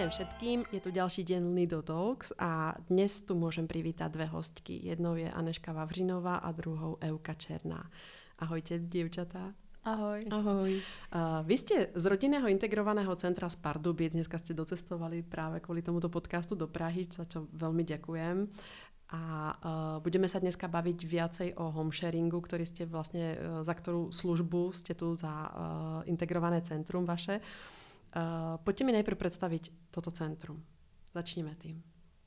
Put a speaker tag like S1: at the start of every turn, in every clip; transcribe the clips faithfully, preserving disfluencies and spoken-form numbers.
S1: deň všetkým, je tu ďalší deň Lido Talks a dnes tu môžem privítať dve hostky. Jednou je Anežka Vavřinová a druhou Euka Černá. Ahojte, dievčatá.
S2: Ahoj.
S1: Ahoj. Uh, vy ste z rodinného integrovaného centra z Pardubic, dneska ste docestovali práve kvôli tomuto podcastu do Prahy, za čo veľmi ďakujem. A uh, budeme sa dneska baviť viacej o homesharingu, ktorý ste vlastne, uh, za ktorú službu ste tu za uh, integrované centrum vaše. Uh, poďte mi najprv predstaviť toto centrum. Začneme tým.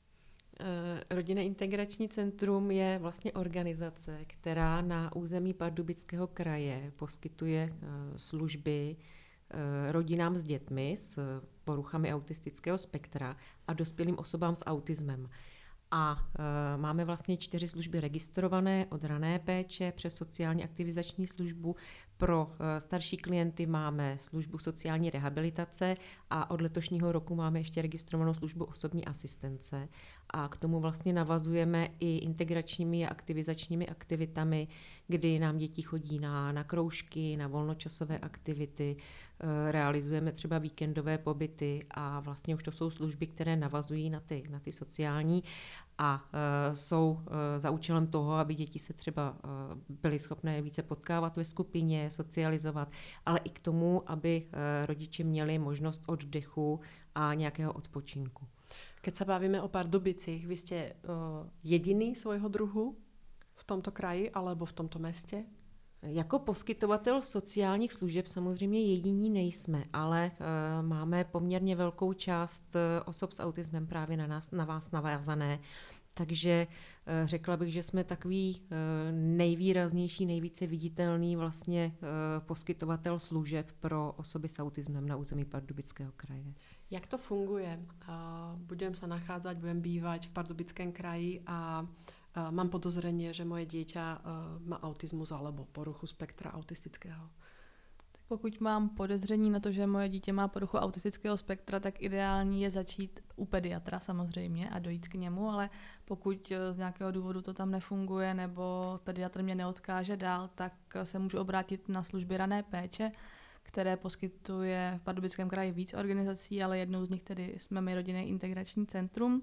S3: Rodinné integrační centrum je vlastně organizace, která na území Pardubického kraje poskytuje služby rodinám s dětmi s poruchami autistického spektra a dospělým osobám s autismem. A e, máme vlastně čtyři služby registrované od rané péče přes sociální aktivizační službu. Pro e, starší klienty máme službu sociální rehabilitace a od letošního roku máme ještě registrovanou službu osobní asistence. A k tomu vlastně navazujeme i integračními a aktivizačními aktivitami, kdy nám děti chodí na, na kroužky, na volnočasové aktivity, e, realizujeme třeba víkendové pobyty a vlastně už to jsou služby, které navazují na ty, na ty sociální a e, jsou e, za účelem toho, aby děti se třeba e, byly schopné více potkávat ve skupině, socializovat, ale i k tomu, aby e, rodiče měli možnost oddechu a nějakého odpočinku.
S1: Keď sa bavíme o Pardubicích, vy ste uh, jediný svojho druhu v tomto kraji alebo v tomto meste?
S3: Jako poskytovatel sociálních služeb samozřejmě jediní nejsme, ale e, máme poměrně velkou část e, osob s autismem právě na, nás, na vás navázané. Takže e, řekla bych, že jsme takový e, nejvýraznější, nejvíce viditelný vlastně e, poskytovatel služeb pro osoby s autismem na území Pardubického kraje.
S1: Jak to funguje? Uh, budem sa nachádzať, budem bývať v Pardubickém kraji a uh, mám podozrenie, že moje dieťa uh, má autizmus alebo poruchu spektra autistického.
S2: Pokud mám podezření na to, že moje dítě má poruchu autistického spektra, tak ideální je začít u pediatra samozřejmě a dojít k němu, ale pokud z nějakého důvodu to tam nefunguje nebo pediatr mě neodkáže dál, tak se můžu obrátit na služby rané péče, které poskytuje v Pardubickém kraji víc organizací, ale jednou z nich tedy jsme my Rodinné integrační centrum.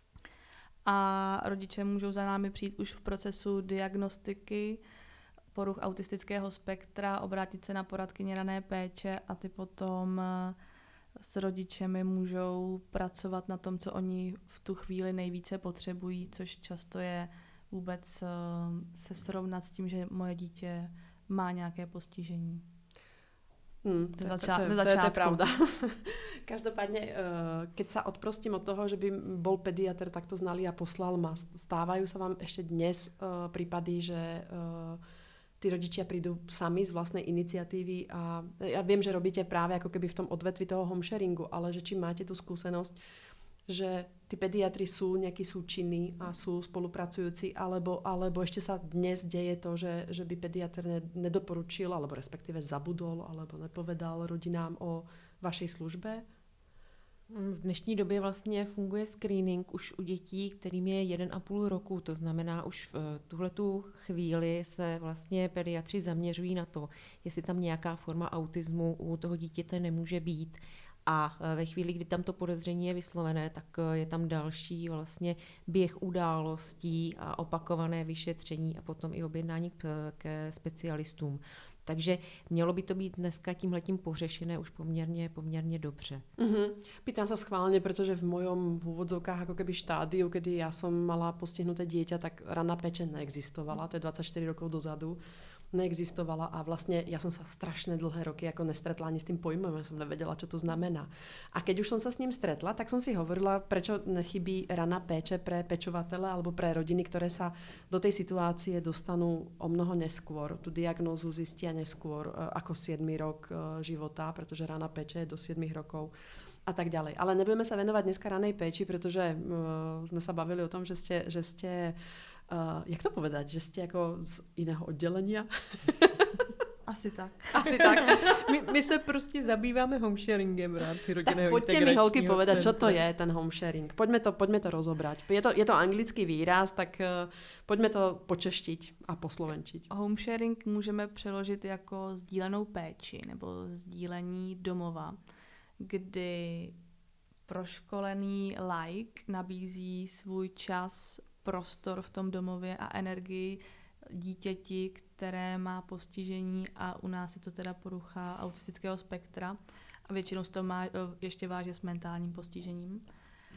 S2: A rodiče můžou za námi přijít už v procesu diagnostiky poruch autistického spektra, obrátit se na poradkyně rané péče a ty potom s rodičemi můžou pracovat na tom, co oni v tu chvíli nejvíce potřebují, což často je vůbec se srovnat s tím, že moje dítě má nějaké postižení.
S1: Hmm, to,
S2: Zača-
S1: to, to, to, to je pravda. Každopádne, keď sa odprostím od toho, že by bol pediatr takto znalý a poslal ma, stávajú sa vám ešte dnes prípady, že tí rodičia prídu sami z vlastnej iniciatívy a ja viem, že robíte práve ako keby v tom odvetvi toho homesharingu, ale že či máte tú skúsenosť, že tí pediatri sú nejakí súčinní a sú spolupracujúci, alebo, alebo ešte sa dnes deje to, že, že by pediatr nedoporučil, alebo respektíve zabudol, alebo nepovedal rodinám o vašej službe?
S3: V dnešní době vlastně funguje screening už u dětí, kterým je jeden a půl roku. To znamená, už v tuhletu chvíli se vlastně pediatři zaměřují na to, jestli tam nějaká forma autismu u toho dítěte nemůže být. A ve chvíli, kdy tam to podezření je vyslovené, tak je tam další vlastně běh událostí a opakované vyšetření a potom i objednání ke specialistům. Takže mělo by to být dneska tímhletím pořešené už poměrně, poměrně dobře.
S1: Uh-huh. Pýtam sa schválne, pretože v mojom v úvodzovkách ako keby štádiu, kedy ja som mala postihnuté dieťa, tak raná péče neexistovala, to je dvadsaťštyri rokov dozadu. Neexistovala a vlastne ja som sa strašne dlhé roky ako nestretla ani s tým pojmom, ja som nevedela, čo to znamená. A keď už som sa s ním stretla, tak som si hovorila, prečo nechybí raná péče pre pečovatele alebo pre rodiny, ktoré sa do tej situácie dostanú o mnoho neskôr. Tu diagnózu zistia neskôr ako siedmy rok života, pretože raná péče je do siedmich rokov a tak ďalej. Ale nebudeme sa venovať dneska ranej péči, pretože uh, sme sa bavili o tom, že ste, že ste Uh, jak to povedať, že ste ako z iného oddelenia?
S2: Asi tak.
S1: Asi tak.
S3: My, my se prostě zabýváme homesharingem v rámci rodinného
S1: tak poďte mi holky povedať,
S3: centra.
S1: čo to je ten homesharing. Poďme to, poďme to rozobrať. Je to, je to anglický výraz, tak uh, poďme to počeštiť a poslovenčiť.
S2: Homesharing můžeme přeložit jako sdílenou péči nebo sdílení domova, kdy proškolený laik nabízí svůj čas, prostor v tom domově a energii dítěti, které má postižení a u nás je to teda porucha autistického spektra a většinou se to má ještě váže s mentálním postižením.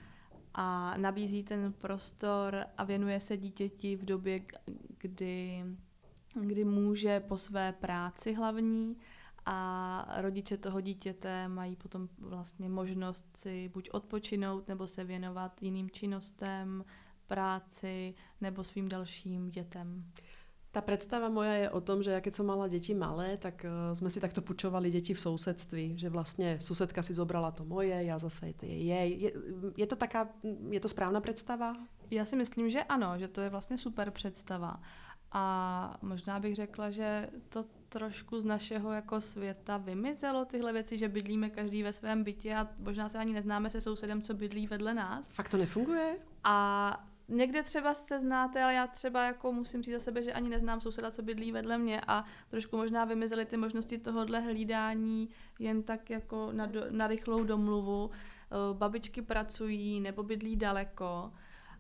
S2: A nabízí ten prostor a věnuje se dítěti v době, kdy, kdy může po své práci hlavní a rodiče toho dítěte mají potom vlastně možnost si buď odpočinout nebo se věnovat jiným činnostem, práci nebo svým dalším dětem.
S1: Tá predstava moja je o tom, že ja keď som mala deti malé, tak uh, sme si takto pučovali deti v sousedství, že vlastne susedka si zobrala to moje, ja zase to je jej. Je, je to taká, je to správná predstava?
S2: Já si myslím, že ano, že to je vlastně super představa. A možná bych řekla, že to trošku z našeho jako světa vymizelo tyhle věci, že bydlíme každý ve svém bytě a možná se ani neznáme se sousedem, co bydlí vedle nás.
S1: Fakt to nefunguje?
S2: A někde třeba se znáte, ale já třeba jako musím říct za sebe, že ani neznám souseda, co bydlí vedle mě a trošku možná vymizely ty možnosti tohohle hlídání jen tak jako na, do, na rychlou domluvu. Babičky pracují nebo bydlí daleko,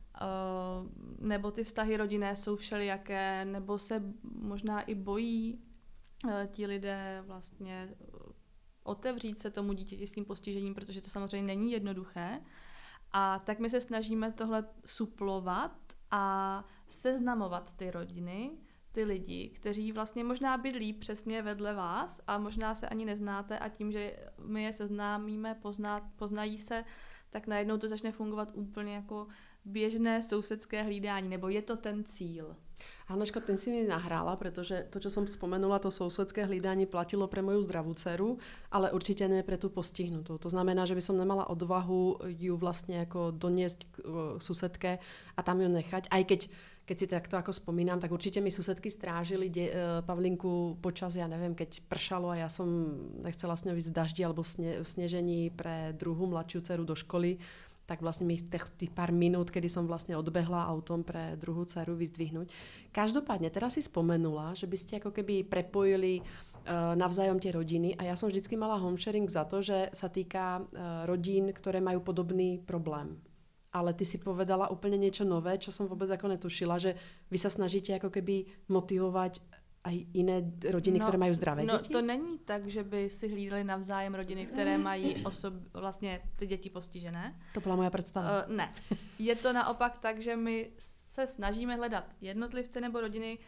S2: nebo ty vztahy rodinné jsou všelijaké, nebo se možná i bojí ti lidé vlastně otevřít se tomu dítěti s tím postižením, protože to samozřejmě není jednoduché. A tak my se snažíme tohle suplovat a seznamovat ty rodiny, ty lidi, kteří vlastně možná bydlí přesně vedle vás a možná se ani neznáte a tím, že my je seznámíme, pozná, poznají se, tak najednou to začne fungovat úplně jako běžné sousedské hlídání, nebo je to ten cíl?
S1: Hanačko, ten si mi nahrála, pretože to, čo som spomenula, to sousedské hlídanie platilo pre moju zdravú dceru, ale určite nie pre tú postihnutú. To znamená, že by som nemala odvahu ju vlastne ako doniesť k susedke a tam ju nechať, aj keď keď si takto ako spomínam, tak určite mi susedky strážili de- Pavlinku počas, ja neviem, keď pršalo a ja som nechcela s ňou ísť v daždi alebo v, sne- v snežení pre druhú mladšiu dceru do školy, tak vlastne mi tých, tých pár minút, kedy som vlastne odbehla autom pre druhú dceru vyzdvihnúť. Každopádne, teraz si spomenula, že by ste ako keby prepojili uh, navzájom tie rodiny a ja som vždycky mala homesharing za to, že sa týka uh, rodín, ktoré majú podobný problém. Ale ty si povedala úplne niečo nové, čo som vôbec ako netušila, že vy sa snažíte ako keby motivovať aj iné rodiny, no, ktoré majú zdravé
S2: no,
S1: děti?
S2: No to není tak, že by si hlídali navzájem rodiny, které mají osob, vlastně ty děti postižené.
S1: To byla moja představa.
S2: Uh, ne. Je to naopak tak, že my se snažíme hledat jednotlivce nebo rodiny,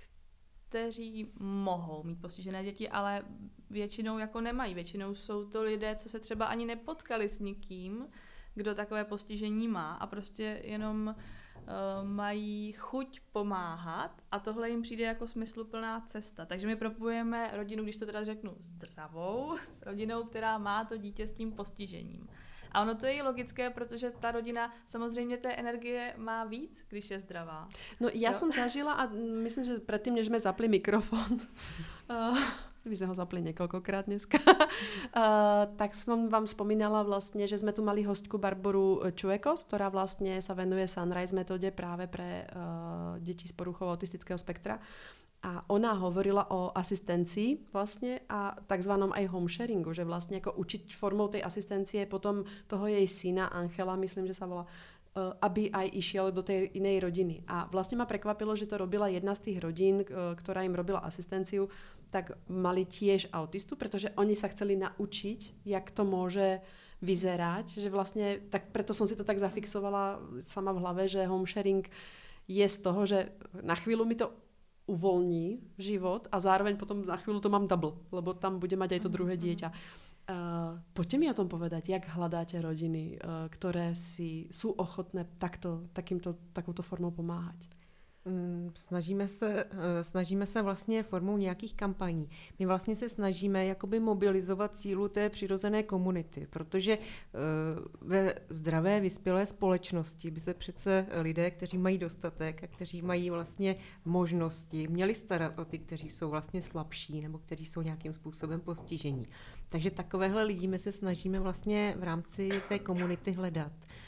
S2: kteří mohou mít postižené děti, ale většinou jako nemají. Většinou jsou to lidé, co se třeba ani nepotkali s nikým, kdo takové postižení má a prostě jenom uh, mají chuť pomáhat a tohle jim přijde jako smysluplná cesta. Takže my propojujeme rodinu, když to teda řeknu, zdravou, s rodinou, která má to dítě s tím postižením. A ono to je i logické, protože ta rodina samozřejmě té energie má víc, když je zdravá.
S1: No já
S2: jo?
S1: jsem zažila a myslím, že předtím, než jsme zapli mikrofon, uh, my sme ho zapli niekoľkokrát dneska, uh, tak som vám spomínala vlastne, že sme tu mali hostku Barboru Čuekos, ktorá vlastne sa venuje Sunrise metóde práve pre uh, deti s poruchou autistického spektra. A ona hovorila o asistencii vlastne a takzvanom aj homesharingu, že vlastne ako učiť formou tej asistencie potom toho jej syna Angela, myslím, že sa volá, aby aj išiel do tej inej rodiny. A vlastne ma prekvapilo, že to robila jedna z tých rodín, ktorá im robila asistenciu, tak mali tiež autistu, pretože oni sa chceli naučiť, jak to môže vyzerať, že vlastne, tak preto som si to tak zafixovala sama v hlave, že homesharing je z toho, že na chvíľu mi to uvoľní život a zároveň potom na chvíľu to mám double, lebo tam bude mať aj to druhé dieťa. Uh, poďte mi o tom povedať, jak hľadáte rodiny, uh, ktoré si sú ochotné takto, takýmto, takouto formou pomáhať?
S3: Snažíme se, snažíme se vlastně formou nějakých kampaní. My vlastně se snažíme jakoby mobilizovat sílu té přirozené komunity, protože ve zdravé, vyspělé společnosti by se přece lidé, kteří mají dostatek a kteří mají vlastně možnosti, měli starat o ty, kteří jsou vlastně slabší nebo kteří jsou nějakým způsobem postižení. Takže takovéhle lidi my se snažíme vlastně v rámci té komunity hledat.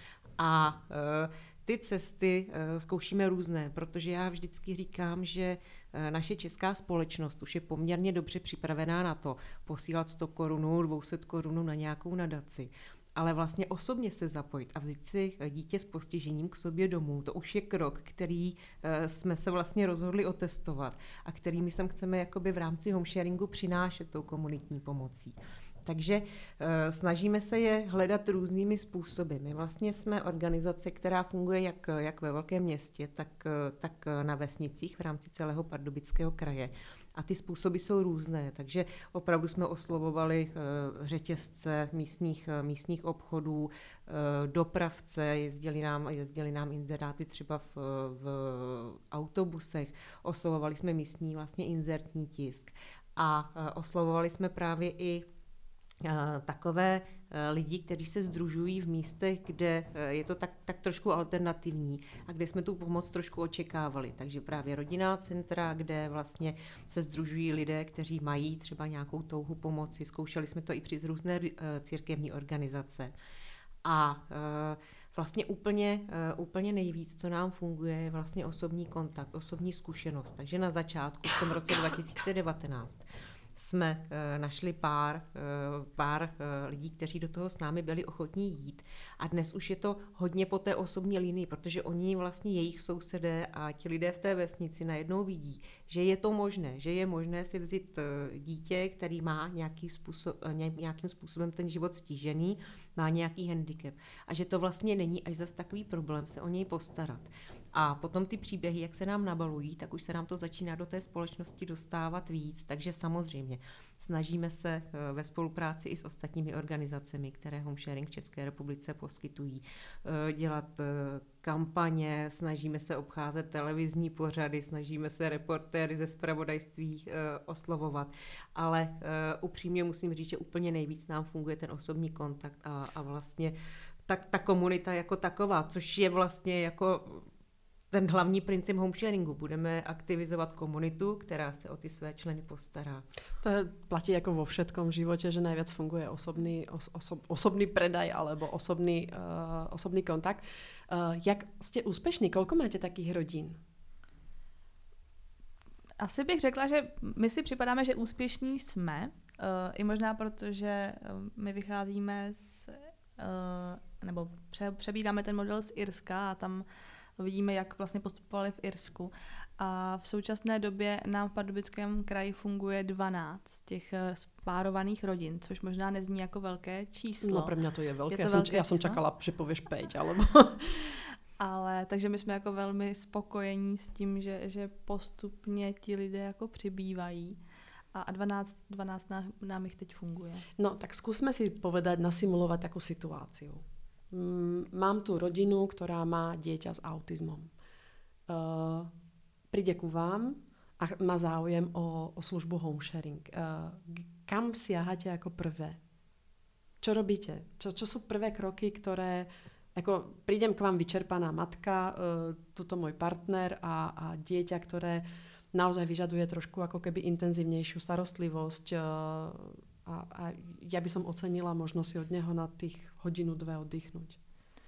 S3: A ty cesty uh, zkoušíme různé, protože já vždycky říkám, že uh, naše česká společnost už je poměrně dobře připravená na to posílat sto korun, dvě stě korun na nějakou nadaci. ale vlastně osobně se zapojit a vzít si dítě s postižením k sobě domů, to už je krok, který jsme se vlastně rozhodli otestovat a který my sem chceme jakoby v rámci home sharingu přinášet tou komunitní pomocí. Takže e, snažíme se je hledat různými způsoby. My vlastně jsme organizace, která funguje jak, jak ve velkém městě, tak, tak na vesnicích v rámci celého Pardubického kraje. A ty způsoby jsou různé, takže opravdu jsme oslovovali e, řetězce místních, místních obchodů, e, dopravce, jezdili nám, jezdili nám inzeráty třeba v, v autobusech, oslovovali jsme místní vlastně inzertní tisk a e, oslovovali jsme právě i takové lidi, kteří se sdružují v místech, kde je to tak, tak trošku alternativní a kde jsme tu pomoc trošku očekávali. Takže právě rodinná centra, kde vlastně se sdružují lidé, kteří mají třeba nějakou touhu pomoci. Zkoušeli jsme to i přes různé církevní organizace. A vlastně úplně, úplně nejvíc, co nám funguje, je vlastně osobní kontakt, osobní zkušenost. Takže na začátku, v tom roce dva tisíce devatenáct, jsme e, našli pár, e, pár e, lidí, kteří do toho s námi byli ochotní jít. A dnes už je to hodně po té osobní linii, protože oni vlastně jejich sousedé a ti lidé v té vesnici najednou vidí, že je to možné, že je možné si vzít e, dítě, který má nějaký způsob, e, nějakým způsobem ten život stížený, má nějaký handicap. A že to vlastně není až zas takový problém se o něj postarat. A potom ty příběhy, jak se nám nabalují, tak už se nám to začíná do té společnosti dostávat víc. Takže samozřejmě snažíme se ve spolupráci i s ostatními organizacemi, které home sharing v České republice poskytují, dělat kampaně, snažíme se obcházet televizní pořady, snažíme se reportéry ze zpravodajství oslovovat, ale upřímně musím říct, že úplně nejvíc nám funguje ten osobní kontakt a, a vlastně tak ta komunita jako taková, což je vlastně jako ten hlavní princip home sharingu. Budeme aktivizovat komunitu, která se o ty své členy postará.
S1: To platí jako vo všetkom živote, že najviac funguje osobný, os, osob, osobný predaj alebo osobný, uh, osobný kontakt. Uh, jak ste úspešní? Koľko máte takých rodín?
S2: Asi bych řekla, že my si připadáme, že úspěšní jsme. Uh, I možná proto, že my vycházíme z, uh, nebo pře, přebíráme ten model z Irska a tam vidíme, jak vlastně postupovali v Irsku. A v současné době nám v Pardubickém kraji funguje dvanáct těch spárovaných rodin, což možná nezní jako velké číslo.
S1: No pro mě to je velké.
S2: Je to
S1: já, jsem,
S2: velké
S1: já jsem
S2: číslo?
S1: čakala, že pověš pět, alebo...
S2: Ale takže my jsme jako velmi spokojení s tím, že, že postupně ti lidé jako přibývají. A dvanáct, dvanáct nám, nám jich teď funguje.
S1: No tak skúsme si povedať, nasimulovať takú situáciu. Mám tu rodinu, ktorá má dieťa s autizmom. Uh, príde ku vám a má záujem o, o službu home sharing. Uh, kam siahate ako prvé? Čo robíte? Čo, čo sú prvé kroky, ktoré... Ako prídem k vám vyčerpaná matka, uh, tuto môj partner a, a dieťa, ktoré naozaj vyžaduje trošku ako keby intenzívnejšiu starostlivosť uh, A, a ja by som ocenila možno si od něho na těch hodinu, dvě oddychnout.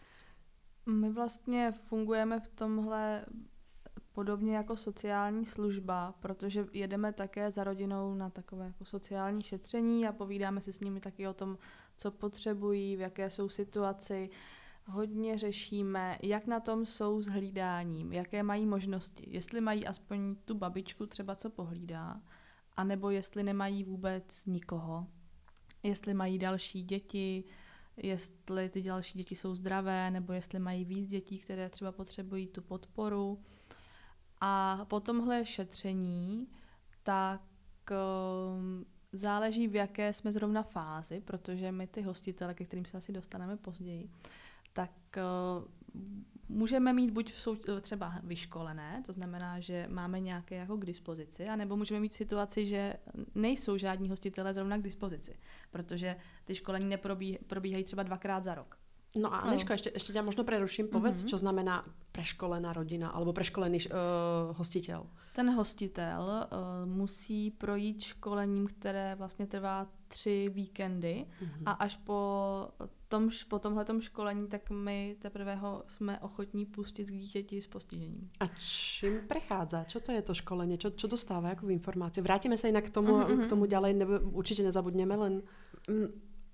S2: My vlastně fungujeme v tomhle podobně jako sociální služba, protože jedeme také za rodinou na takové jako sociální šetření a povídáme si s nimi taky o tom, co potřebují, v jaké jsou situaci. Hodně řešíme, jak na tom jsou s hlídáním, jaké mají možnosti, jestli mají aspoň tu babičku třeba, co pohlídá, anebo jestli nemají vůbec nikoho, jestli mají další děti, jestli ty další děti jsou zdravé, nebo jestli mají víc dětí, které třeba potřebují tu podporu. A po tomhle šetření tak um, záleží, v jaké jsme zrovna fázi, protože my ty hostitele, ke kterým se asi dostaneme později, tak uh, můžeme mít buď v sou, třeba vyškolené, to znamená, že máme nějaké jako k dispozici, anebo můžeme mít situaci, že nejsou žádní hostitelé zrovna k dispozici, protože ty školení neprobíhají třeba dvakrát za rok.
S1: No a Aneška, ešte, ešte ťa možno preruším. Povedz, mm-hmm. čo znamená preškolená rodina alebo preškolený uh, hostitel.
S2: Ten hostitel uh, musí projít školením, které vlastně trvá tři víkendy mm-hmm. a až po, tom, po tomhletom školení tak my teprve ho jsme ochotní pustit k dítěti s postižením.
S1: A čím prechádza? Čo to je to školenie? Čo, čo dostáva? Jakou informaci? Vrátime sa inak k tomu, mm-hmm. k tomu ďalej, nebo určite nezabudneme len...
S3: Mm.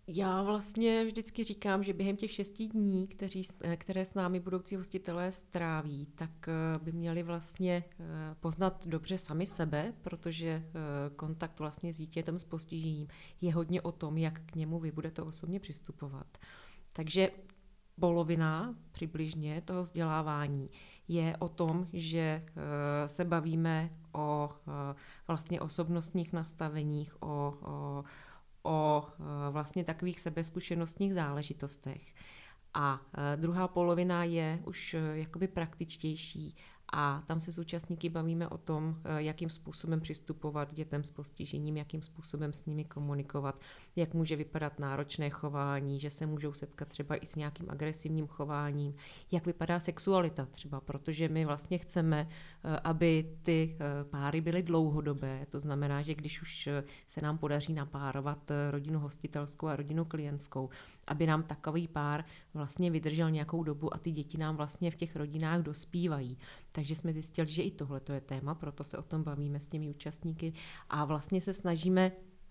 S3: Já vlastně vždycky říkám, že během těch šesti dní, kteří, které s námi budoucí hostitelé stráví, tak by měli vlastně poznat dobře sami sebe, protože kontakt vlastně s dítětem s postižením je hodně o tom, jak k němu vy budete osobně přistupovat. Takže polovina přibližně toho vzdělávání je o tom, že se bavíme o vlastně osobnostních nastaveních, o, o o vlastně takových sebezkušenostních záležitostech. A druhá polovina je už jakoby praktičtější a tam se s účastníky bavíme o tom, jakým způsobem přistupovat k dětem s postižením, jakým způsobem s nimi komunikovat, jak může vypadat náročné chování, že se můžou setkat třeba i s nějakým agresivním chováním, jak vypadá sexualita třeba, protože my vlastně chceme, aby ty páry byly dlouhodobé, to znamená, že když už se nám podaří napárovat rodinu hostitelskou a rodinu klientskou, aby nám takový pár vlastně vydržel nějakou dobu a ty děti nám vlastně v těch rodinách dospívají. Takže jsme zjistili, že i tohle je téma, proto se o tom bavíme s těmi účastníky a vlastně se snažíme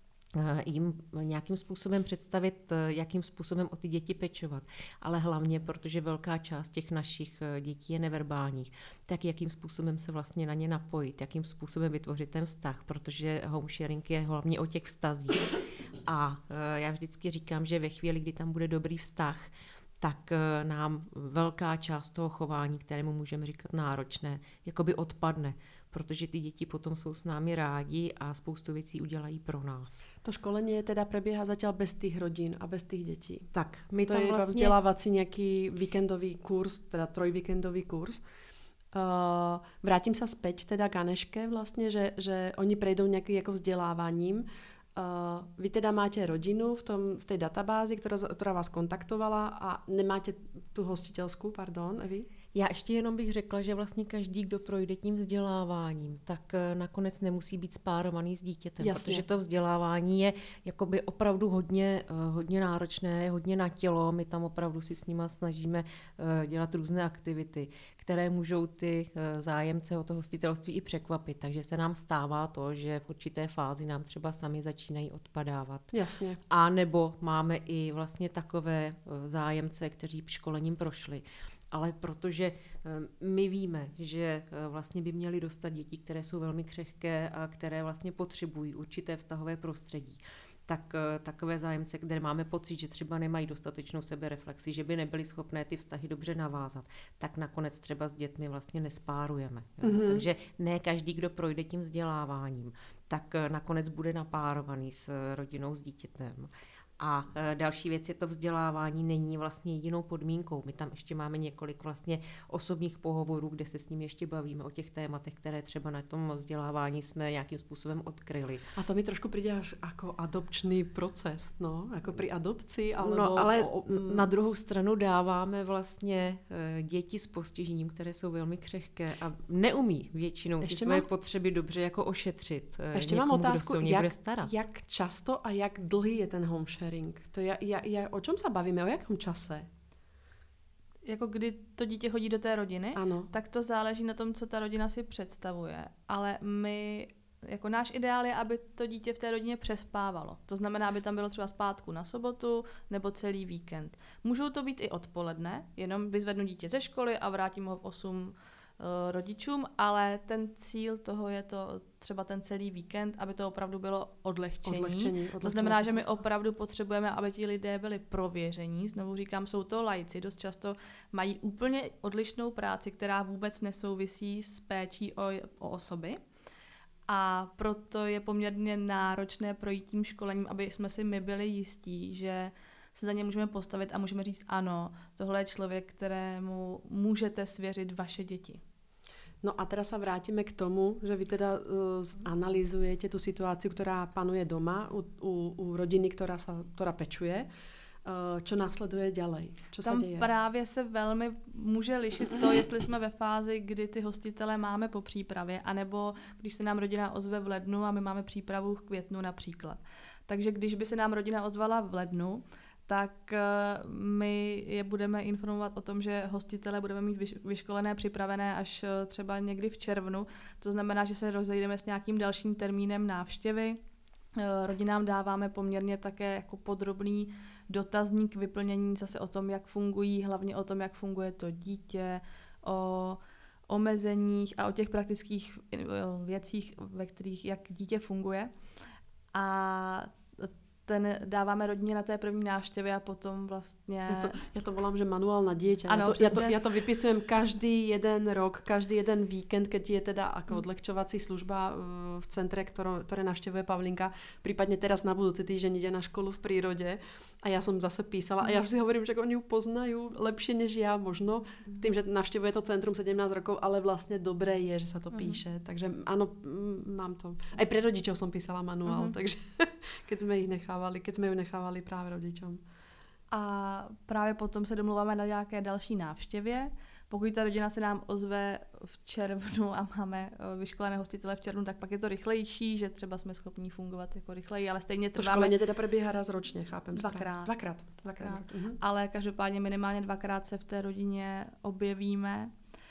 S3: jim nějakým způsobem představit, jakým způsobem o ty děti pečovat. Ale hlavně, protože velká část těch našich dětí je neverbálních, tak jakým způsobem se vlastně na ně napojit, jakým způsobem vytvořit ten vztah, protože home sharing je hlavně o těch vztazích. A já vždycky říkám, že ve chvíli, kdy tam bude dobrý vztah, tak nám velká část toho chování, kterému můžeme říkat náročné, jakoby odpadne, protože ty děti potom jsou s námi rádi a spoustu věcí udělají pro nás.
S1: To školenie teda prebieha zatiaľ bez tých rodín a bez tých dětí.
S3: Tak, my
S1: to
S3: tam
S1: je
S3: vlastně...
S1: iba vzdelávací nejaký víkendový kurz, teda trojvíkendový kurz. Uh, vrátim sa späť teda k Aneške vlastne, že, že oni prejdou nejakým ako vzdelávaním. Uh, vy teda máte rodinu v, tom, v tej databázi, ktorá, ktorá vás kontaktovala a nemáte tu hostiteľskú, pardon, Evi?
S3: Já ještě jenom bych řekla, že vlastně každý, kdo projde tím vzděláváním, tak nakonec nemusí být spárovaný s dítětem,
S1: Jasně.
S3: protože to vzdělávání je jakoby opravdu hodně, hodně náročné, hodně na tělo. My tam opravdu si s nima snažíme dělat různé aktivity, které můžou ty zájemce o to hostitelství i překvapit. Takže se nám stává to, že v určité fázi nám třeba sami začínají odpadávat.
S1: Jasně.
S3: A nebo máme i vlastně takové zájemce, kteří školením prošli. Ale protože my víme, že vlastně by měli dostat děti, které jsou velmi křehké a které vlastně potřebují určité vztahové prostředí, tak takové zájemce, kde máme pocit, že třeba nemají dostatečnou sebereflexi, že by nebyli schopné ty vztahy dobře navázat, tak nakonec třeba s dětmi vlastně nespárujeme. Mm-hmm. Takže ne každý, kdo projde tím vzděláváním, tak nakonec bude napárovaný s rodinou, s dítětem. A další věc je to vzdělávání, není vlastně jedinou podmínkou. My tam ještě máme několik vlastně osobních pohovorů, kde se s nimi ještě bavíme o těch tématech, které třeba na tom vzdělávání jsme nějakým způsobem odkryli.
S1: A to mi trošku přijde až jako adopčný proces, no, jako při adopci, alebo...
S3: No, ale
S1: o,
S3: na druhou stranu dáváme vlastně děti s postižením, které jsou velmi křehké a neumí většinou ty své mám... potřeby dobře jako ošetřit.
S1: Ještě
S3: někomu,
S1: mám otázku,
S3: jak,
S1: jak často a jak dlhý je ten home sharing? To ja, ja, ja, o čom sa bavíme? O jakom čase?
S2: Jako kdy to dítě chodí do té rodiny,
S1: ano.
S2: Tak to záleží na tom, co ta rodina si představuje. Ale my, jako náš ideál je, aby to dítě v té rodině přespávalo. To znamená, aby tam bylo třeba zpátku na sobotu nebo celý víkend. Můžou to být i odpoledne, jenom vyzvednu dítě ze školy a vrátím ho v osm rodičům, ale ten cíl toho je to třeba ten celý víkend, aby to opravdu bylo odlehčení.
S1: odlehčení, odlehčení
S2: to znamená, že my opravdu potřebujeme, aby ti lidé byli prověření. Znovu říkám, jsou to laici, dost často mají úplně odlišnou práci, která vůbec nesouvisí s péčí o, o osoby. A proto je poměrně náročné projít tím školením, aby jsme si my byli jistí, že se za ně můžeme postavit a můžeme říct ano, tohle je člověk, kterému můžete svěřit vaše děti.
S1: No a teraz sa vrátime k tomu, že vy teda uh, zanalizujete tú situáciu, ktorá panuje doma u, u, u rodiny, ktorá, sa, ktorá pečuje. Uh, čo následuje ďalej? Čo
S2: Tam
S1: sa deje?
S2: právě se velmi může lišit to, jestli jsme ve fázi, kdy ty hostitele máme po přípravě, anebo když se nám rodina ozve v lednu a my máme přípravu v květnu například. Takže když by se nám rodina ozvala v lednu, tak my je budeme informovat o tom, že hostitele budeme mít vyškolené, připravené až třeba někdy v červnu. To znamená, že se rozejdeme s nějakým dalším termínem návštěvy, Rodinám dáváme poměrně také jako podrobný dotazník k vyplnění zase o tom, jak fungují, hlavně o tom, jak funguje to dítě, o omezeních a o těch praktických věcích, ve kterých jak dítě funguje. A ten dáváme rodině na té první návštěvě a potom vlastně...
S1: Ja to, ja to volám, že manuál na dieťa.
S2: Ano,
S1: ja, to, ja, to, ja to vypisujem každý jeden rok, každý jeden víkend, keď je teda ako odlehčovací služba v centre, ktoré, ktoré navštevuje Pavlinka. Prípadne teraz na budúci týždeň ide na školu v prírode a ja som zase písala a ja si hovorím, že oni ju poznajú lepšie než ja možno, tým, že navštevuje to centrum sedemnásť rokov, ale vlastne dobré je, že sa to píše. Takže áno, mám to. Aj pre rodičov som písala manuál, uh-huh. takže keď sme ich nechali keď sme ju nechávali právě rodičům.
S2: A právě potom se domluváme na nějaké další návštěvě. Pokud ta rodina se nám ozve v červnu a máme vyškolené hostitele v červnu, tak pak je to rychlejší, že třeba jsme schopní fungovat jako rychleji, ale stejně trváme...
S1: To školení teda probíhá raz ročně, chápem.
S2: Dvakrát.
S1: Dvakrát. Dvakrát. Dvakrát.
S2: Mhm. Ale každopádně minimálně dvakrát se v té rodině objevíme.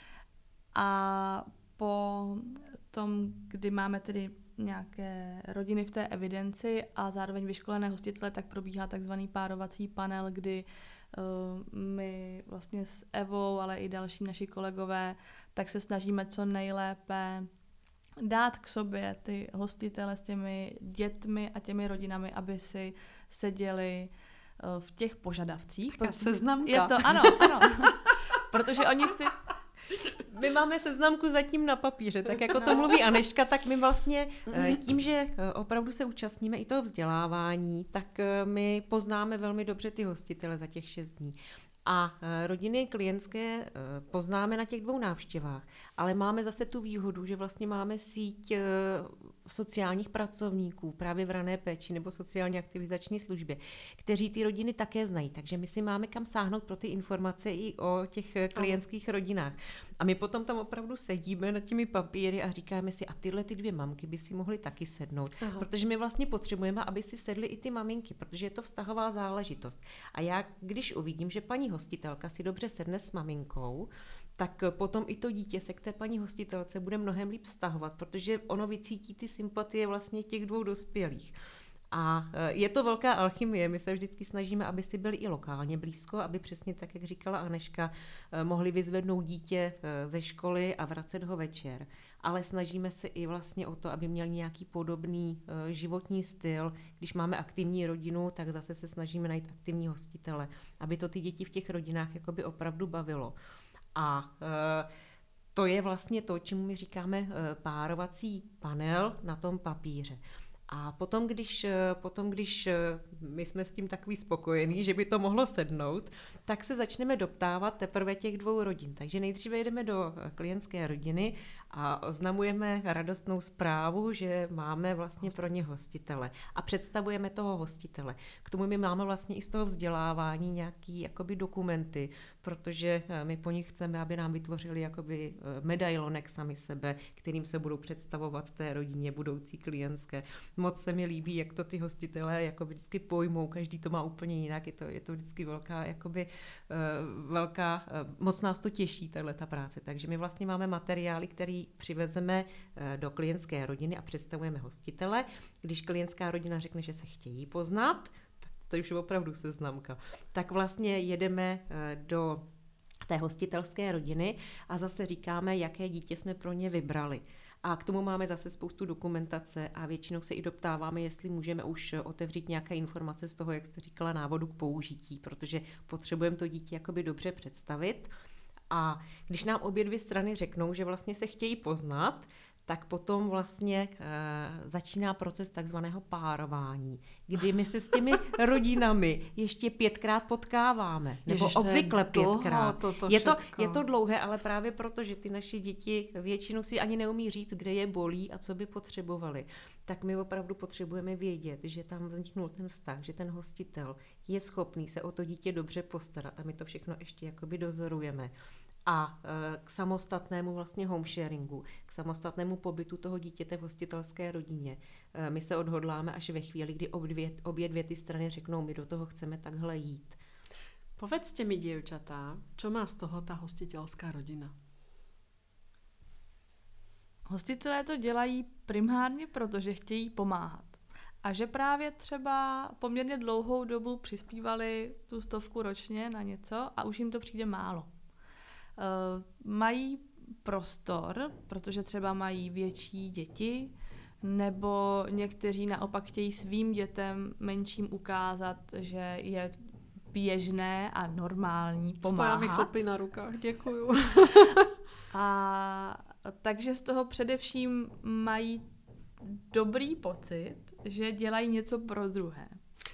S2: A po tom, kdy máme tedy nějaké rodiny v té evidenci a zároveň vyškolené hostitele, tak probíhá takzvaný párovací panel, kdy uh, my vlastně s Evou, ale i další naši kolegové, tak se snažíme co nejlépe dát k sobě ty hostitele s těmi dětmi a těmi rodinami, aby si seděli uh, v těch požadavcích.
S1: Taká seznamka.
S2: Je to, ano, ano. Protože oni si...
S3: My máme seznamku zatím na papíře, tak jako to mluví Anežka, tak my vlastně tím, že opravdu se účastníme i toho vzdělávání, tak my poznáme velmi dobře ty hostitele za těch šest dní. A rodiny klientské poznáme na těch dvou návštěvách, ale máme zase tu výhodu, že vlastně máme síť sociálních pracovníků právě v rané péči nebo sociálně aktivizační službě, kteří ty rodiny také znají, takže my si máme kam sáhnout pro ty informace i o těch klientských rodinách. A my potom tam opravdu sedíme nad těmi papíry a říkáme si, a tyhle ty dvě mamky by si mohly taky sednout, Aha. protože my vlastně potřebujeme, aby si sedly i ty maminky, protože je to vztahová záležitost. A já, když uvidím, že paní hostitelka si dobře sedne s maminkou, tak potom i to dítě se k té paní hostitelce bude mnohem líp vztahovat, protože ono vycítí ty sympatie vlastně těch dvou dospělých. A je to velká alchymie, my se vždycky snažíme, aby si byli i lokálně blízko, aby přesně tak, jak říkala Anežka, mohli vyzvednout dítě ze školy a vracet ho večer. Ale snažíme se i vlastně o to, aby měl nějaký podobný životní styl. Když máme aktivní rodinu, tak zase se snažíme najít aktivní hostitele, aby to ty děti v těch rodinách jakoby opravdu bavilo. A to je vlastně to, čemu my říkáme párovací panel na tom papíře. A potom když, potom, když my jsme s tím takový spokojení, že by to mohlo sednout, tak se začneme doptávat teprve těch dvou rodin. Takže nejdříve jdeme do klientské rodiny a oznamujeme radostnou zprávu, že máme vlastně pro ně hostitele. A představujeme toho hostitele. K tomu my máme vlastně i z toho vzdělávání nějaký jakoby dokumenty, protože my po nich chceme, aby nám vytvořili jakoby medailonek sami sebe, kterým se budou představovat té rodině budoucí klientské. Moc se mi líbí, jak to ty hostitelé jako vždycky pojmou, každý to má úplně jinak, je to, je to vždycky velká, jakoby, uh, velká, uh, moc nás to těší, tato práce. Takže my vlastně máme materiály, který přivezeme uh, do klientské rodiny a představujeme hostitele. Když klientská rodina řekne, že se chtějí poznat, tak to už je opravdu seznamka, tak vlastně jedeme uh, do té hostitelské rodiny a zase říkáme, jaké dítě jsme pro ně vybrali. A k tomu máme zase spoustu dokumentace a většinou se i doptáváme, jestli můžeme už otevřít nějaké informace z toho, jak jste říkala, návodu k použití, protože potřebujeme to dítě jakoby dobře představit. A když nám obě dvě strany řeknou, že vlastně se chtějí poznat, tak potom vlastně e, začíná proces takzvaného párování, kdy my se s těmi rodinami ještě pětkrát potkáváme, nebo
S1: Ježiš,
S3: obvykle
S1: dlouho,
S3: pětkrát.
S1: To, to
S3: je, to, je to dlouhé, ale právě proto, že ty naše děti většinou si ani neumí říct, kde je bolí a co by potřebovali, tak my opravdu potřebujeme vědět, že tam vzniknul ten vztah, že ten hostitel je schopný se o to dítě dobře postarat a my to všechno ještě jakoby dozorujeme. A k samostatnému vlastně home sharingu, k samostatnému pobytu toho dítěte v hostitelské rodině. My se odhodláme až ve chvíli, kdy obě, obě dvě ty strany řeknou, my do toho chceme takhle jít.
S1: Povedzte mi, dievčatá, čo má z toho ta hostitelská rodina?
S2: Hostitelé to dělají primárně, protože chtějí pomáhat. A že právě třeba poměrně dlouhou dobu přispívali tu stovku ročně na něco a už jim to přijde málo. Uh, mají prostor, protože třeba mají větší děti, nebo někteří naopak chtějí svým dětem menším ukázat, že je běžné a normální pomáhat.
S1: Stoja mi chlopy na rukách, děkuju.
S2: A takže z toho především mají dobrý pocit, že dělají něco pro druhé.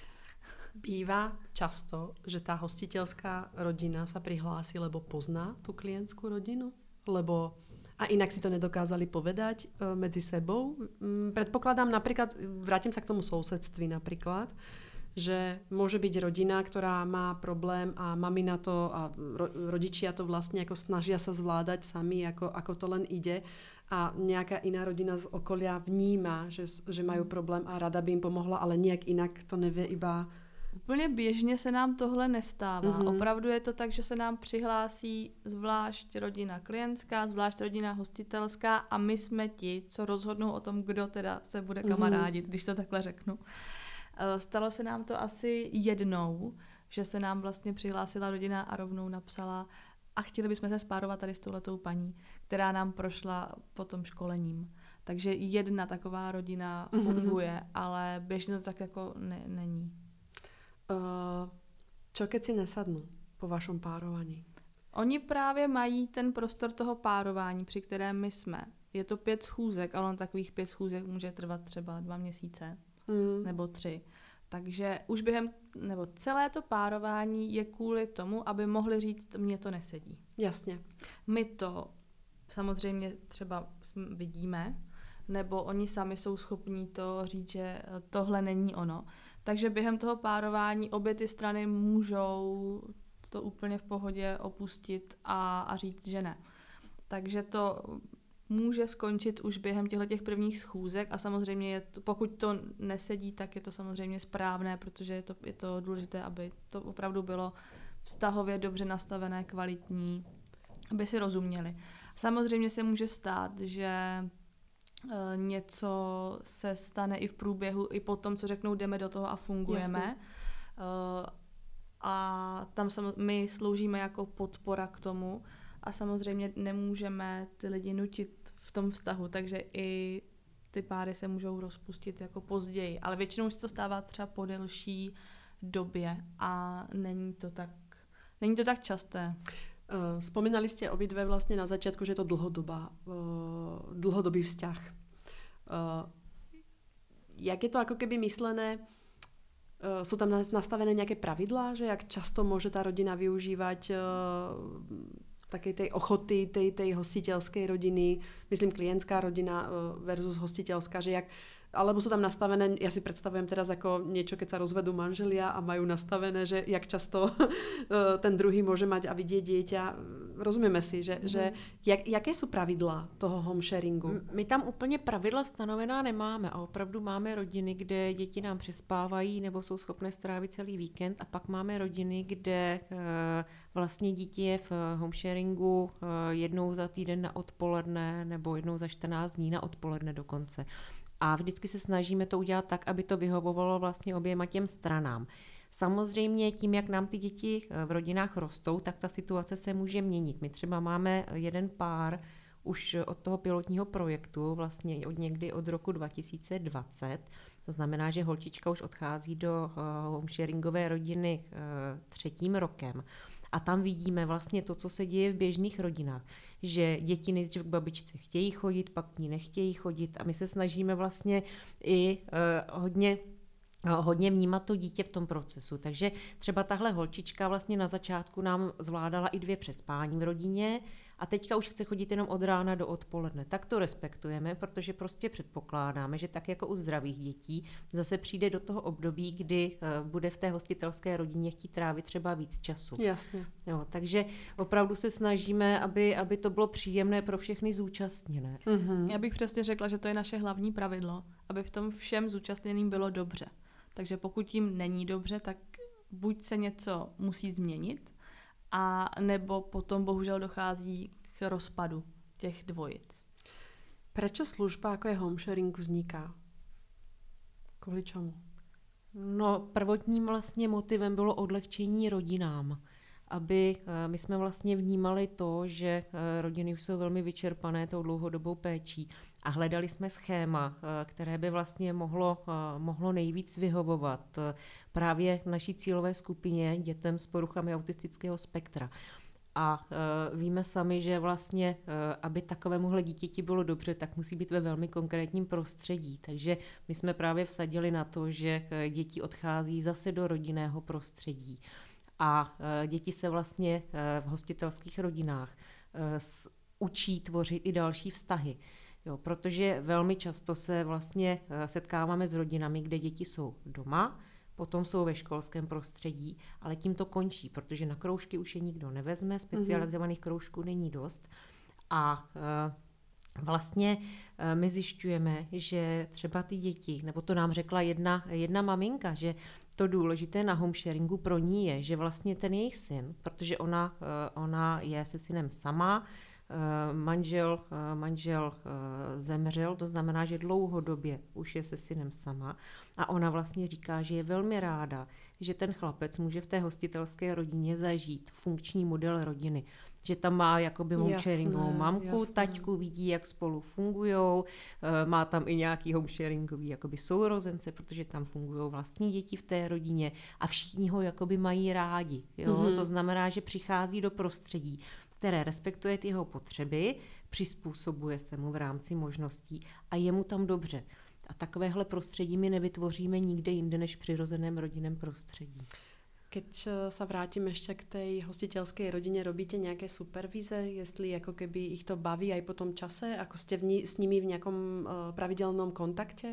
S1: Býva často, že tá hostiteľská rodina sa prihlási, lebo pozná tú klientskú rodinu? Lebo a inak si to nedokázali povedať e, medzi sebou? Mm, predpokladám napríklad, vrátim sa k tomu sousedství napríklad, že môže byť rodina, ktorá má problém a mamina to a ro, rodičia to vlastne ako snažia sa zvládať sami, ako, ako to len ide a nejaká iná rodina z okolia vníma, že, že majú problém a rada by im pomohla, ale nejak inak to nevie iba...
S2: Úplně běžně se nám tohle nestává.
S1: Mm-hmm.
S2: Opravdu je to tak, že se nám přihlásí zvlášť rodina klientská, zvlášť rodina hostitelská a my jsme ti, co rozhodnou o tom, kdo teda se bude kamarádit, mm-hmm. když to takhle řeknu. Stalo se nám to asi jednou, že se nám vlastně přihlásila rodina a rovnou napsala a chtěli bychom se spárovat tady s touhletou paní, která nám prošla potom školením. Takže jedna taková rodina funguje, mm-hmm. ale běžně to tak jako ne, není.
S1: Uh, čo keď si nesadnú po vašom párovaní?
S2: Oni právě mají ten prostor toho párování, při kterém my jsme. Je to pět schůzek, ale on takových pět schůzek může trvat třeba dva měsíce mm. nebo tři. Takže už během, nebo celé to párování je kvůli tomu, aby mohli říct, mně to nesedí.
S1: Jasně.
S2: My to samozřejmě třeba vidíme, nebo oni sami jsou schopní to říct, že tohle není ono. Takže během toho párování obě ty strany můžou to úplně v pohodě opustit a, a říct, že ne. Takže to může skončit už během těchto prvních schůzek a samozřejmě je to, pokud to nesedí, tak je to samozřejmě správné, protože je to, je to důležité, aby to opravdu bylo vztahově dobře nastavené, kvalitní, aby si rozuměli. Samozřejmě se může stát, že něco se stane i v průběhu, i po tom, co řeknou, jdeme do toho a fungujeme. Jasně. A tam my sloužíme jako podpora k tomu a samozřejmě nemůžeme ty lidi nutit v tom vztahu, takže i ty páry se můžou rozpustit jako později. Ale většinou se to stává třeba po delší době a není to tak, není to tak časté.
S1: Uh, spomínali ste obidve vlastne na začiatku, že je to dlhodobá, uh, dlhodobý vzťah. Uh, jak je to ako keby myslené, uh, sú tam nastavené nejaké pravidlá, že jak často môže tá rodina využívať uh, takej tej ochoty tej, tej hostiteľskej rodiny, myslím klientská rodina uh, versus hostiteľská, že jak alebo sú tam nastavené, ja si predstavujem teraz ako niečo, keď sa rozvedú manželia a majú nastavené, že jak často ten druhý môže mať a vidieť dieťa. Rozumieme si, že, mm. že jak, jaké sú pravidlá toho home sharingu?
S3: My tam úplně pravidla stanovená nemáme a opravdu máme rodiny, kde děti nám přespávají nebo jsou schopné strávit celý víkend a pak máme rodiny, kde vlastně dítě je v home sharingu jednou za týden na odpoledne nebo jednou za čtrnáct dní na odpoledne dokonce. A vždycky se snažíme to udělat tak, aby to vyhovovalo vlastně oběma těm stranám. Samozřejmě tím, jak nám ty děti v rodinách rostou, tak ta situace se může měnit. My třeba máme jeden pár už od toho pilotního projektu, vlastně od někdy od roku dva tisíce dvacet. To znamená, že holčička už odchází do homesharingové rodiny třetím rokem. A tam vidíme vlastně to, co se děje v běžných rodinách, že děti nejdřív k babičce chtějí chodit, pak k ní nechtějí chodit a my se snažíme vlastně i uh, hodně hodně vnímat to dítě v tom procesu. Takže třeba tahle holčička vlastně na začátku nám zvládala i dvě přespání v rodině a teďka už chce chodit jenom od rána do odpoledne. Tak to respektujeme, protože prostě předpokládáme, že tak jako u zdravých dětí zase přijde do toho období, kdy bude v té hostitelské rodině chtít trávit třeba víc času.
S1: Jasně.
S3: Jo, takže opravdu se snažíme, aby, aby to bylo příjemné pro všechny zúčastněné.
S2: Mm-hmm. Já bych přesně řekla, že to je naše hlavní pravidlo, aby v tom všem zúčastněným bylo dobře. Takže pokud jim není dobře, tak buď se něco musí změnit, a nebo potom bohužel dochází k rozpadu těch dvojic.
S1: Prečo služba ako je home sharing vzniká? Kvůli čemu?
S3: No, prvotním vlastně motivem bylo odlehčení rodinám, aby my jsme vlastně vnímali to, že rodiny už jsou velmi vyčerpané tou dlouhodobou péčí a hledali jsme schéma, které by vlastně mohlo, mohlo nejvíc vyhovovat právě naší cílové skupině dětem s poruchami autistického spektra. A uh, víme sami, že vlastně, uh, aby takovémuhle dítěti bylo dobře, tak musí být ve velmi konkrétním prostředí. Takže my jsme právě vsadili na to, že uh, děti odchází zase do rodinného prostředí. A uh, děti se vlastně uh, v hostitelských rodinách uh, s, učí tvořit i další vztahy. Jo, protože velmi často se vlastně uh, setkáváme s rodinami, kde děti jsou doma, potom jsou ve školském prostředí, ale tím to končí, protože na kroužky už je nikdo nevezme, specializovaných mm-hmm. kroužků není dost. A e, vlastně e, my zjišťujeme, že třeba ty děti, nebo to nám řekla jedna, jedna maminka, že to důležité na home sharingu pro ní je, že vlastně ten jejich syn, protože ona, e, ona je se synem sama, manžel, manžel zemřel, to znamená, že dlouhodobě už je se synem sama a ona vlastně říká, že je velmi ráda, že ten chlapec může v té hostitelské rodině zažít funkční model rodiny, že tam má jakoby home sharingovou mamku, jasné. taťku, vidí, jak spolu fungujou, má tam i nějaký home sharingový jakoby sourozence, protože tam fungují vlastní děti v té rodině a všichni ho jakoby mají rádi, jo? Mm-hmm. To znamená, že přichází do prostředí, které respektuje ty jeho potřeby, přizpůsobuje se mu v rámci možností a je mu tam dobře. A takovéhle prostředí my nevytvoříme nikde jinde než v přirozeném rodinném prostředí.
S1: Keď sa vrátim ešte k tej hostiteľskej rodine, robíte nejaké supervíze, jestli ako keby ich to baví aj po tom čase, ako ste v ni- s nimi v nejakom uh, pravidelnom kontakte?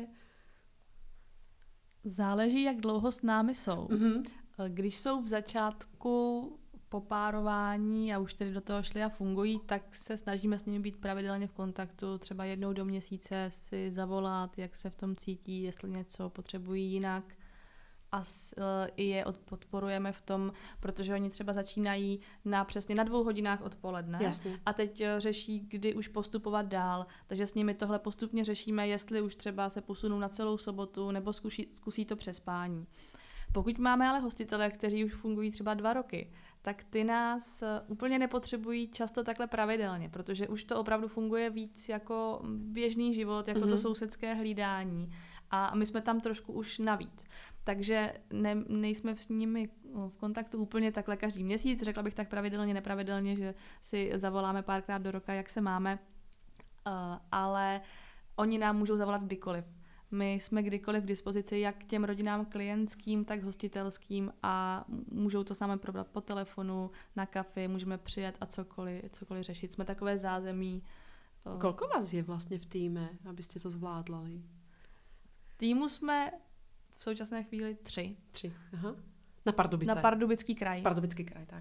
S2: Záleží, jak dlouho s námi jsou. Mm-hmm. Když jsou v začátku popárování a už tedy do toho šli a fungují, tak se snažíme s nimi být pravidelně v kontaktu, třeba jednou do měsíce si zavolat, jak se v tom cítí, jestli něco potřebují jinak. A s, e, i je podporujeme v tom, protože oni třeba začínají na přesně na dvou hodinách odpoledne.
S1: Jasně.
S2: A teď řeší, kdy už postupovat dál. Takže s nimi tohle postupně řešíme, jestli už třeba se posunou na celou sobotu nebo zkusí, zkusí to přespání. Pokud máme ale hostitele, kteří už fungují třeba dva roky, tak ty nás úplně nepotřebují často takhle pravidelně, protože už to opravdu funguje víc jako běžný život, jako mm-hmm. to sousedské hlídání a my jsme tam trošku už navíc. Takže ne, nejsme s nimi v kontaktu úplně takhle každý měsíc, řekla bych tak pravidelně, nepravidelně, že si zavoláme párkrát do roka, jak se máme, uh, ale oni nám můžou zavolat kdykoliv. My jsme kdykoliv k dispozici jak těm rodinám klientským, tak hostitelským a můžou to samé probrat po telefonu, na kafi, můžeme přijet a cokoliv, cokoliv řešit. Jsme takové zázemí.
S1: Kolko vás je vlastně v týme, abyste to zvládali?
S2: Týmu jsme v současné chvíli tři.
S1: Tři, aha. Na Pardubice.
S2: Na Pardubický kraj.
S1: Pardubický kraj, tak.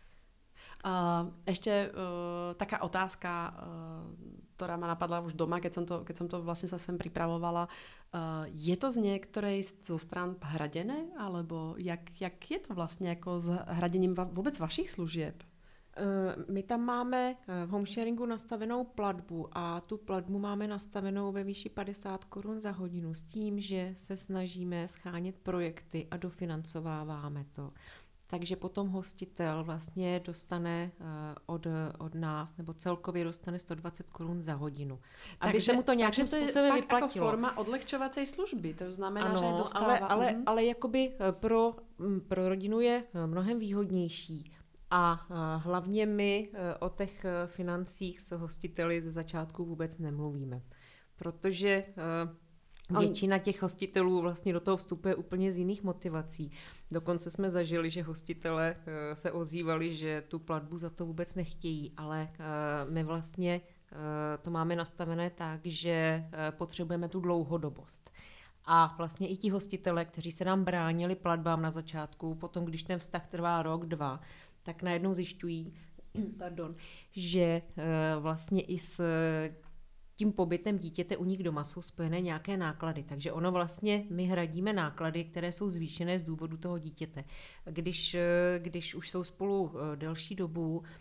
S1: Uh, ešte uh, taká otázka, uh, ktorá ma napadla už doma, keď som to, keď som to vlastne sa sem pripravovala. Uh, je to z niektorej zo strán hradené? Alebo jak, jak je to vlastne ako s hradením va- vôbec vašich služieb?
S3: My tam máme v home sharingu nastavenou platbu a tu platbu máme nastavenou ve výši padesát korun za hodinu s tím, že se snažíme schánět projekty a dofinancováváme to. Takže potom hostitel vlastně dostane od, od nás, nebo celkově dostane sto dvacet korun za hodinu. Aby
S1: takže,
S3: se mu to nějakým
S1: to
S3: způsobem vyplatilo.
S1: Takže to je fakt forma odlehčovacej služby, to znamená, ano, že dostává...
S3: ale, ale, mm. ale jakoby pro, pro rodinu je mnohem výhodnější. A hlavně my o těch financích s hostiteli ze začátku vůbec nemluvíme. Protože... Většina těch hostitelů vlastně do toho vstupuje úplně z jiných motivací. Dokonce jsme zažili, že hostitele se ozývali, že tu platbu za to vůbec nechtějí, ale my vlastně to máme nastavené tak, že potřebujeme tu dlouhodobost. A vlastně i ti hostitele, kteří se nám bránili platbám na začátku, potom když ten vztah trvá rok, dva, tak najednou zjišťují, pardon, že vlastně i s tím pobytem dítěte u nich doma jsou spojené nějaké náklady. Takže ono vlastně, my hradíme náklady, které jsou zvýšené z důvodu toho dítěte. Když, když už jsou spolu delší dobu,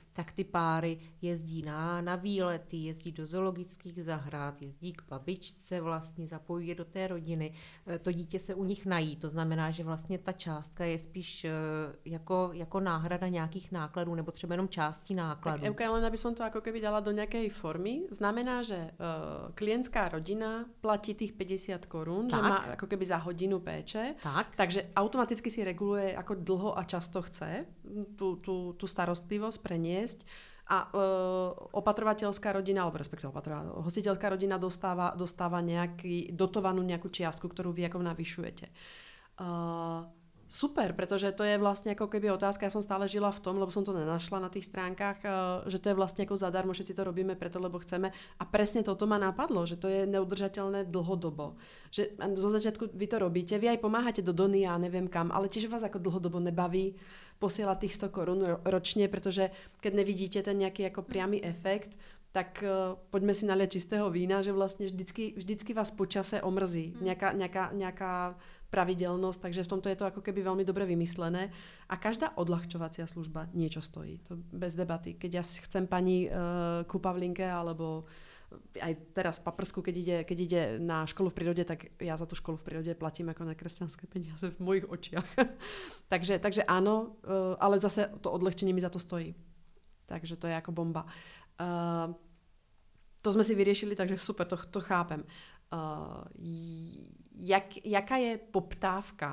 S3: tak ty páry jezdí na, na výlety, jezdí do zoologických zahrad, jezdí k babičce, vlastně zapojí je do té rodiny. To dítě se u nich nají, to znamená, že vlastně ta částka je spíš jako, jako náhrada nějakých nákladů, nebo třeba jenom části nákladů.
S1: Tak Evka, len aby som to ako keby dala do nejakej formy, znamená, že uh, klientská rodina platí tých päťdesiat korún, že má ako keby za hodinu péče,
S3: tak.
S1: takže automaticky si reguluje, ako dlho a často chce tú, tú, tú starostlivosť preniesť a uh, opatrovateľská rodina, alebo respektíve opatrovateľská, hostiteľská rodina dostáva, dostáva nejaký, dotovanú nejakú čiastku, ktorú vy ako navyšujete. Uh, Super, pretože to je vlastne ako keby otázka, ja som stále žila v tom, lebo som to nenašla na tých stránkach, že to je vlastne ako zadarmo, všetci to robíme preto, lebo chceme. A presne toto ma napadlo, že to je neudržateľné dlhodobo. Že zo začiatku vy to robíte, vy aj pomáhate do Dony a neviem kam, ale tiež vás ako dlhodobo nebaví posielať tých sto korún ročne, pretože keď nevidíte ten nejaký ako priamy efekt, tak uh, poďme si naliať čistého vína, že vlastne vždycky, vždycky vás počase omrzí nejaká, nejaká, nejaká pravidelnosť, takže v tomto je to ako keby veľmi dobre vymyslené a každá odľahčovacia služba niečo stojí, to bez debaty. Keď ja chcem pani uh, ku Pavlinke alebo aj teraz paprsku, keď ide, keď ide na školu v prírode, tak ja za tú školu v prírode platím ako na kresťanské peniaze v mojich očiach. takže, takže áno, uh, ale zase to odľahčenie mi za to stojí. Takže to je ako bomba. Uh, to sme si vyriešili, takže super, to, to chápem. Uh, jak, jaká je poptávka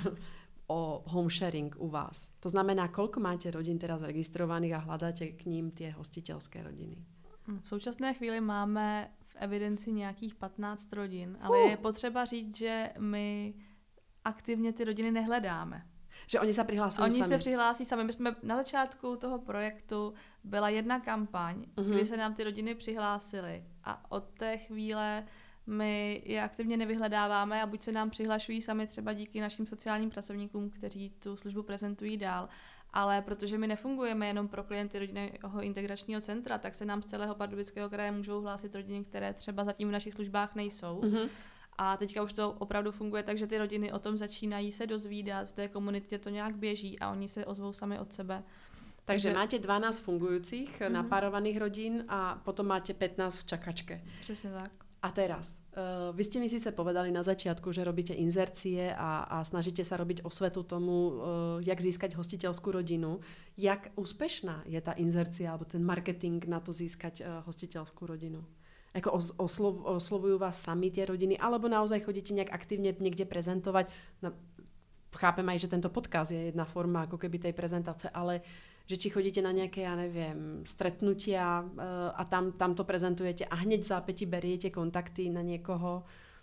S1: o home sharing u vás? To znamená, koľko máte rodín teraz registrovaných a hľadáte k ním tie hostiteľské rodiny?
S2: V současné chvíli máme v evidenci nějakých patnáct rodin, ale uh. je potřeba říct, že my aktivně ty rodiny nehledáme.
S1: Že oni se přihlásí
S2: oni
S1: sami.
S2: Oni se přihlásí sami. My jsme na začátku toho projektu byla jedna kampaň, uh-huh. kdy se nám ty rodiny přihlásily a od té chvíle my je aktivně nevyhledáváme a buď se nám přihlašují sami třeba díky našim sociálním pracovníkům, kteří tu službu prezentují dál, ale protože my nefungujeme jenom pro klienty rodinného integračního centra, tak se nám z celého Pardubického kraje můžou hlásit rodiny, které třeba zatím v našich službách nejsou. Uh-huh. A teďka už to opravdu funguje, takže ty rodiny o tom začínají se dozvídat, v té komunitě to nějak běží a oni se ozvou sami od sebe.
S1: Takže, takže máte dvanásť fungujúcich uh-huh. napárovaných rodín a potom máte pätnásť v čakačke.
S2: Přesně tak.
S1: A teraz, uh, vy ste mi síce povedali na začiatku, že robíte inzercie a, a snažíte sa robiť osvetu tomu, uh, jak získať hostiteľskú rodinu. Jak úspešná je tá inzercia alebo ten marketing na to získať uh, hostiteľskú rodinu? Jako oslov, oslovujú vás sami tie rodiny, alebo naozaj chodíte nejak aktívne niekde prezentovať? No, chápem aj, že tento podcast je jedna forma ako keby tej prezentácie, ale že či chodíte na nejaké, ja neviem, stretnutia uh, a tam, tam to prezentujete a hneď v zápäti beriete kontakty na někoho?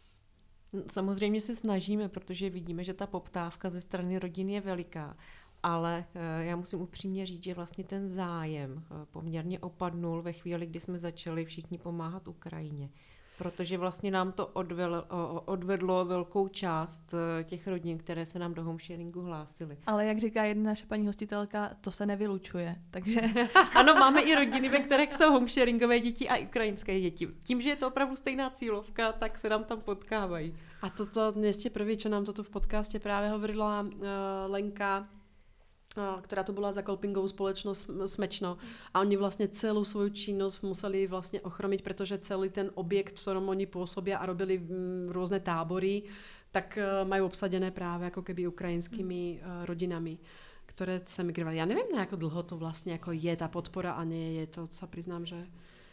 S3: Samozřejmě se snažíme, protože vidíme, že ta poptávka ze strany rodin je veliká. Ale já musím upřímně říct, že vlastně ten zájem poměrně opadnul ve chvíli, kdy jsme začali všichni pomáhat Ukrajině. Protože vlastně nám to odvedlo, odvedlo velkou část těch rodin, které se nám do homesharingu hlásily.
S2: Ale jak říká jedna naše paní hostitelka, to se nevylučuje. Takže...
S3: Ano, máme i rodiny, ve kterých jsou homesharingové děti a ukrajinské děti. Tím, že je to opravdu stejná cílovka, tak se nám tam potkávají.
S1: A toto dnes ste prvý, čo nám toto v podcaste práve hovorila uh, Lenka, ktorá tu bola za kolpingovú spoločnosť Smečno a oni vlastne celú svoju činnosť museli vlastne ochromiť, pretože celý ten objekt, v ktorom oni pôsobia a robili rôzne tábory, tak majú obsadené práve ako keby ukrajinskými rodinami, ktoré sa migrovali. Ja neviem, na ako dlho to vlastne ako je tá podpora a nie je. To sa priznám, že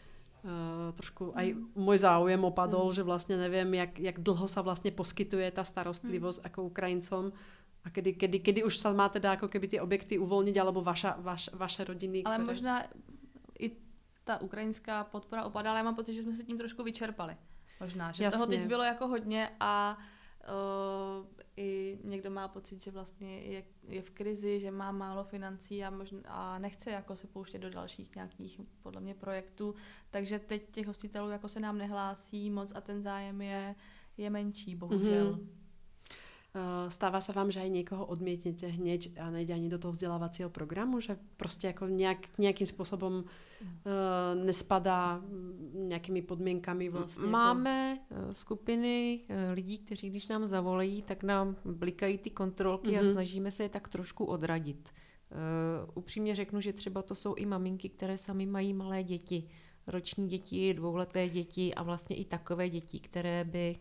S1: uh, trošku aj môj záujem opadol, mm. že vlastne neviem, jak, jak dlho sa vlastne poskytuje tá starostlivosť mm. ako Ukrajincom. A kedy, kedy, kedy už sa má teda ako keby tie objekty uvolniť, alebo vaša, vaš, vaše rodiny?
S2: Ale
S1: ktoré...
S2: možná i ta ukrajinská podpora opadala, já mám pocit, že jsme se tím trošku vyčerpali. Možná, že Jasně. toho teď bylo jako hodně a uh, i někdo má pocit, že vlastně je, je v krizi, že má málo financí a, možná, a nechce jako se pouštět do dalších nějakých podle mě projektů, takže teď těch hostitelů jako se nám nehlásí moc a ten zájem je, je menší, bohužel. Mm-hmm.
S1: Stáva sa vám, že aj niekoho odmietnete hneď a nejde ani do toho vzdelávacieho programu, že proste ako nejak, nejakým spôsobom uh, nespadá nejakými podmienkami vlastne?
S3: Máme jako... skupiny lidí, kteří když nám zavolají, tak nám blikají ty kontrolky mm-hmm. a snažíme se je tak trošku odradit. upřímně řeknu, že třeba to jsou i maminky, které sami mají malé děti, roční děti, dvouleté děti a vlastně i takové děti, které by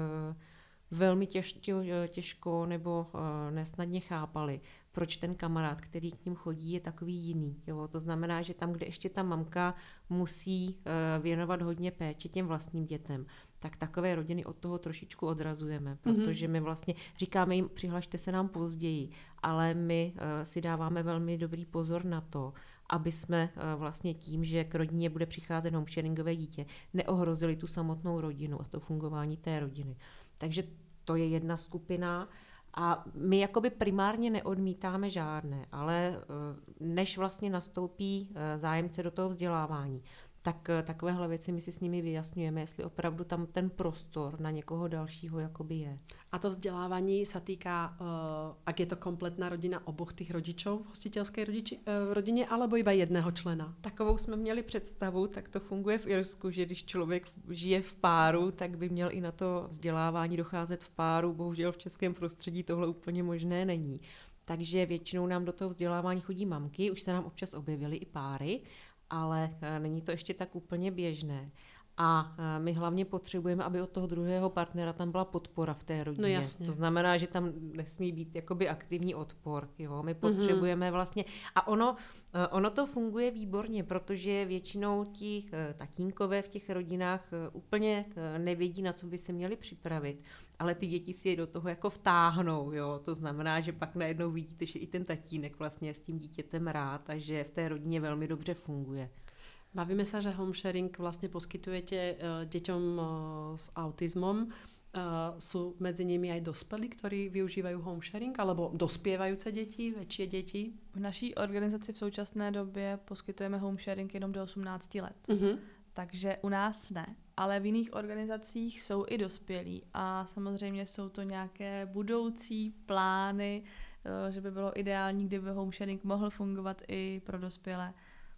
S3: velmi těžko, těžko nebo nesnadně chápali, proč ten kamarád, který k ním chodí, je takový jiný. Jo? To znamená, že tam, kde ještě ta mamka musí věnovat hodně péče těm vlastním dětem, tak takové rodiny od toho trošičku odrazujeme, protože my vlastně říkáme jim, přihlašte se nám později, ale my si dáváme velmi dobrý pozor na to, aby jsme vlastně tím, že k rodině bude přicházet homesharingové dítě, neohrozili tu samotnou rodinu a to fungování té rodiny. Takže to je jedna skupina a my jakoby primárně neodmítáme žádné, ale než vlastně nastoupí zájemce do toho vzdělávání, tak takovéhle věci my si s nimi vyjasňujeme, jestli opravdu tam ten prostor na někoho dalšího jakoby je.
S1: A to vzdelávání sa týka, uh, ak je to kompletná rodina oboch tých rodičov v hostiteľskej rodiči, uh, rodine, alebo iba jedného člena?
S3: Takovou jsme měli představu, tak to funguje v Irsku, že když člověk žije v páru, tak by měl i na to vzdělávání docházet v páru. Bohužel v českém prostředí tohle úplně možné není. Takže většinou nám do toho vzdělávání chodí mamky, už se nám občas objevily i páry, ale není to ještě tak úplně běžné. A my hlavně potřebujeme, aby od toho druhého partnera tam byla podpora v té rodině.
S1: No jasně.
S3: To znamená, že tam nesmí být jakoby aktivní odpor. Jo? My potřebujeme mm-hmm. vlastně... A ono, ono to funguje výborně, protože většinou ti tatínkové v těch rodinách úplně nevědí, na co by se měli připravit. Ale ty děti si je do toho jako vtáhnou. Jo? To znamená, že pak najednou vidíte, že i ten tatínek vlastně je s tím dítětem rád a že v té rodině velmi dobře funguje.
S1: Bavíme sa, že homesharing vlastne poskytujete uh, deťom uh, s autizmom. Uh, sú medzi nimi aj dospelí, ktorí využívajú homesharing, alebo dospievajúce deti, väčšie deti?
S2: V naší organizaci v současné době poskytujeme homesharing jenom do osmnácti let.
S1: Uh-huh.
S2: Takže u nás ne, ale v jiných organizacích jsou i dospělí a samozřejmě jsou to nějaké budoucí plány, uh, že by bylo ideální, kdyby homesharing mohl fungovat i pro dospělé.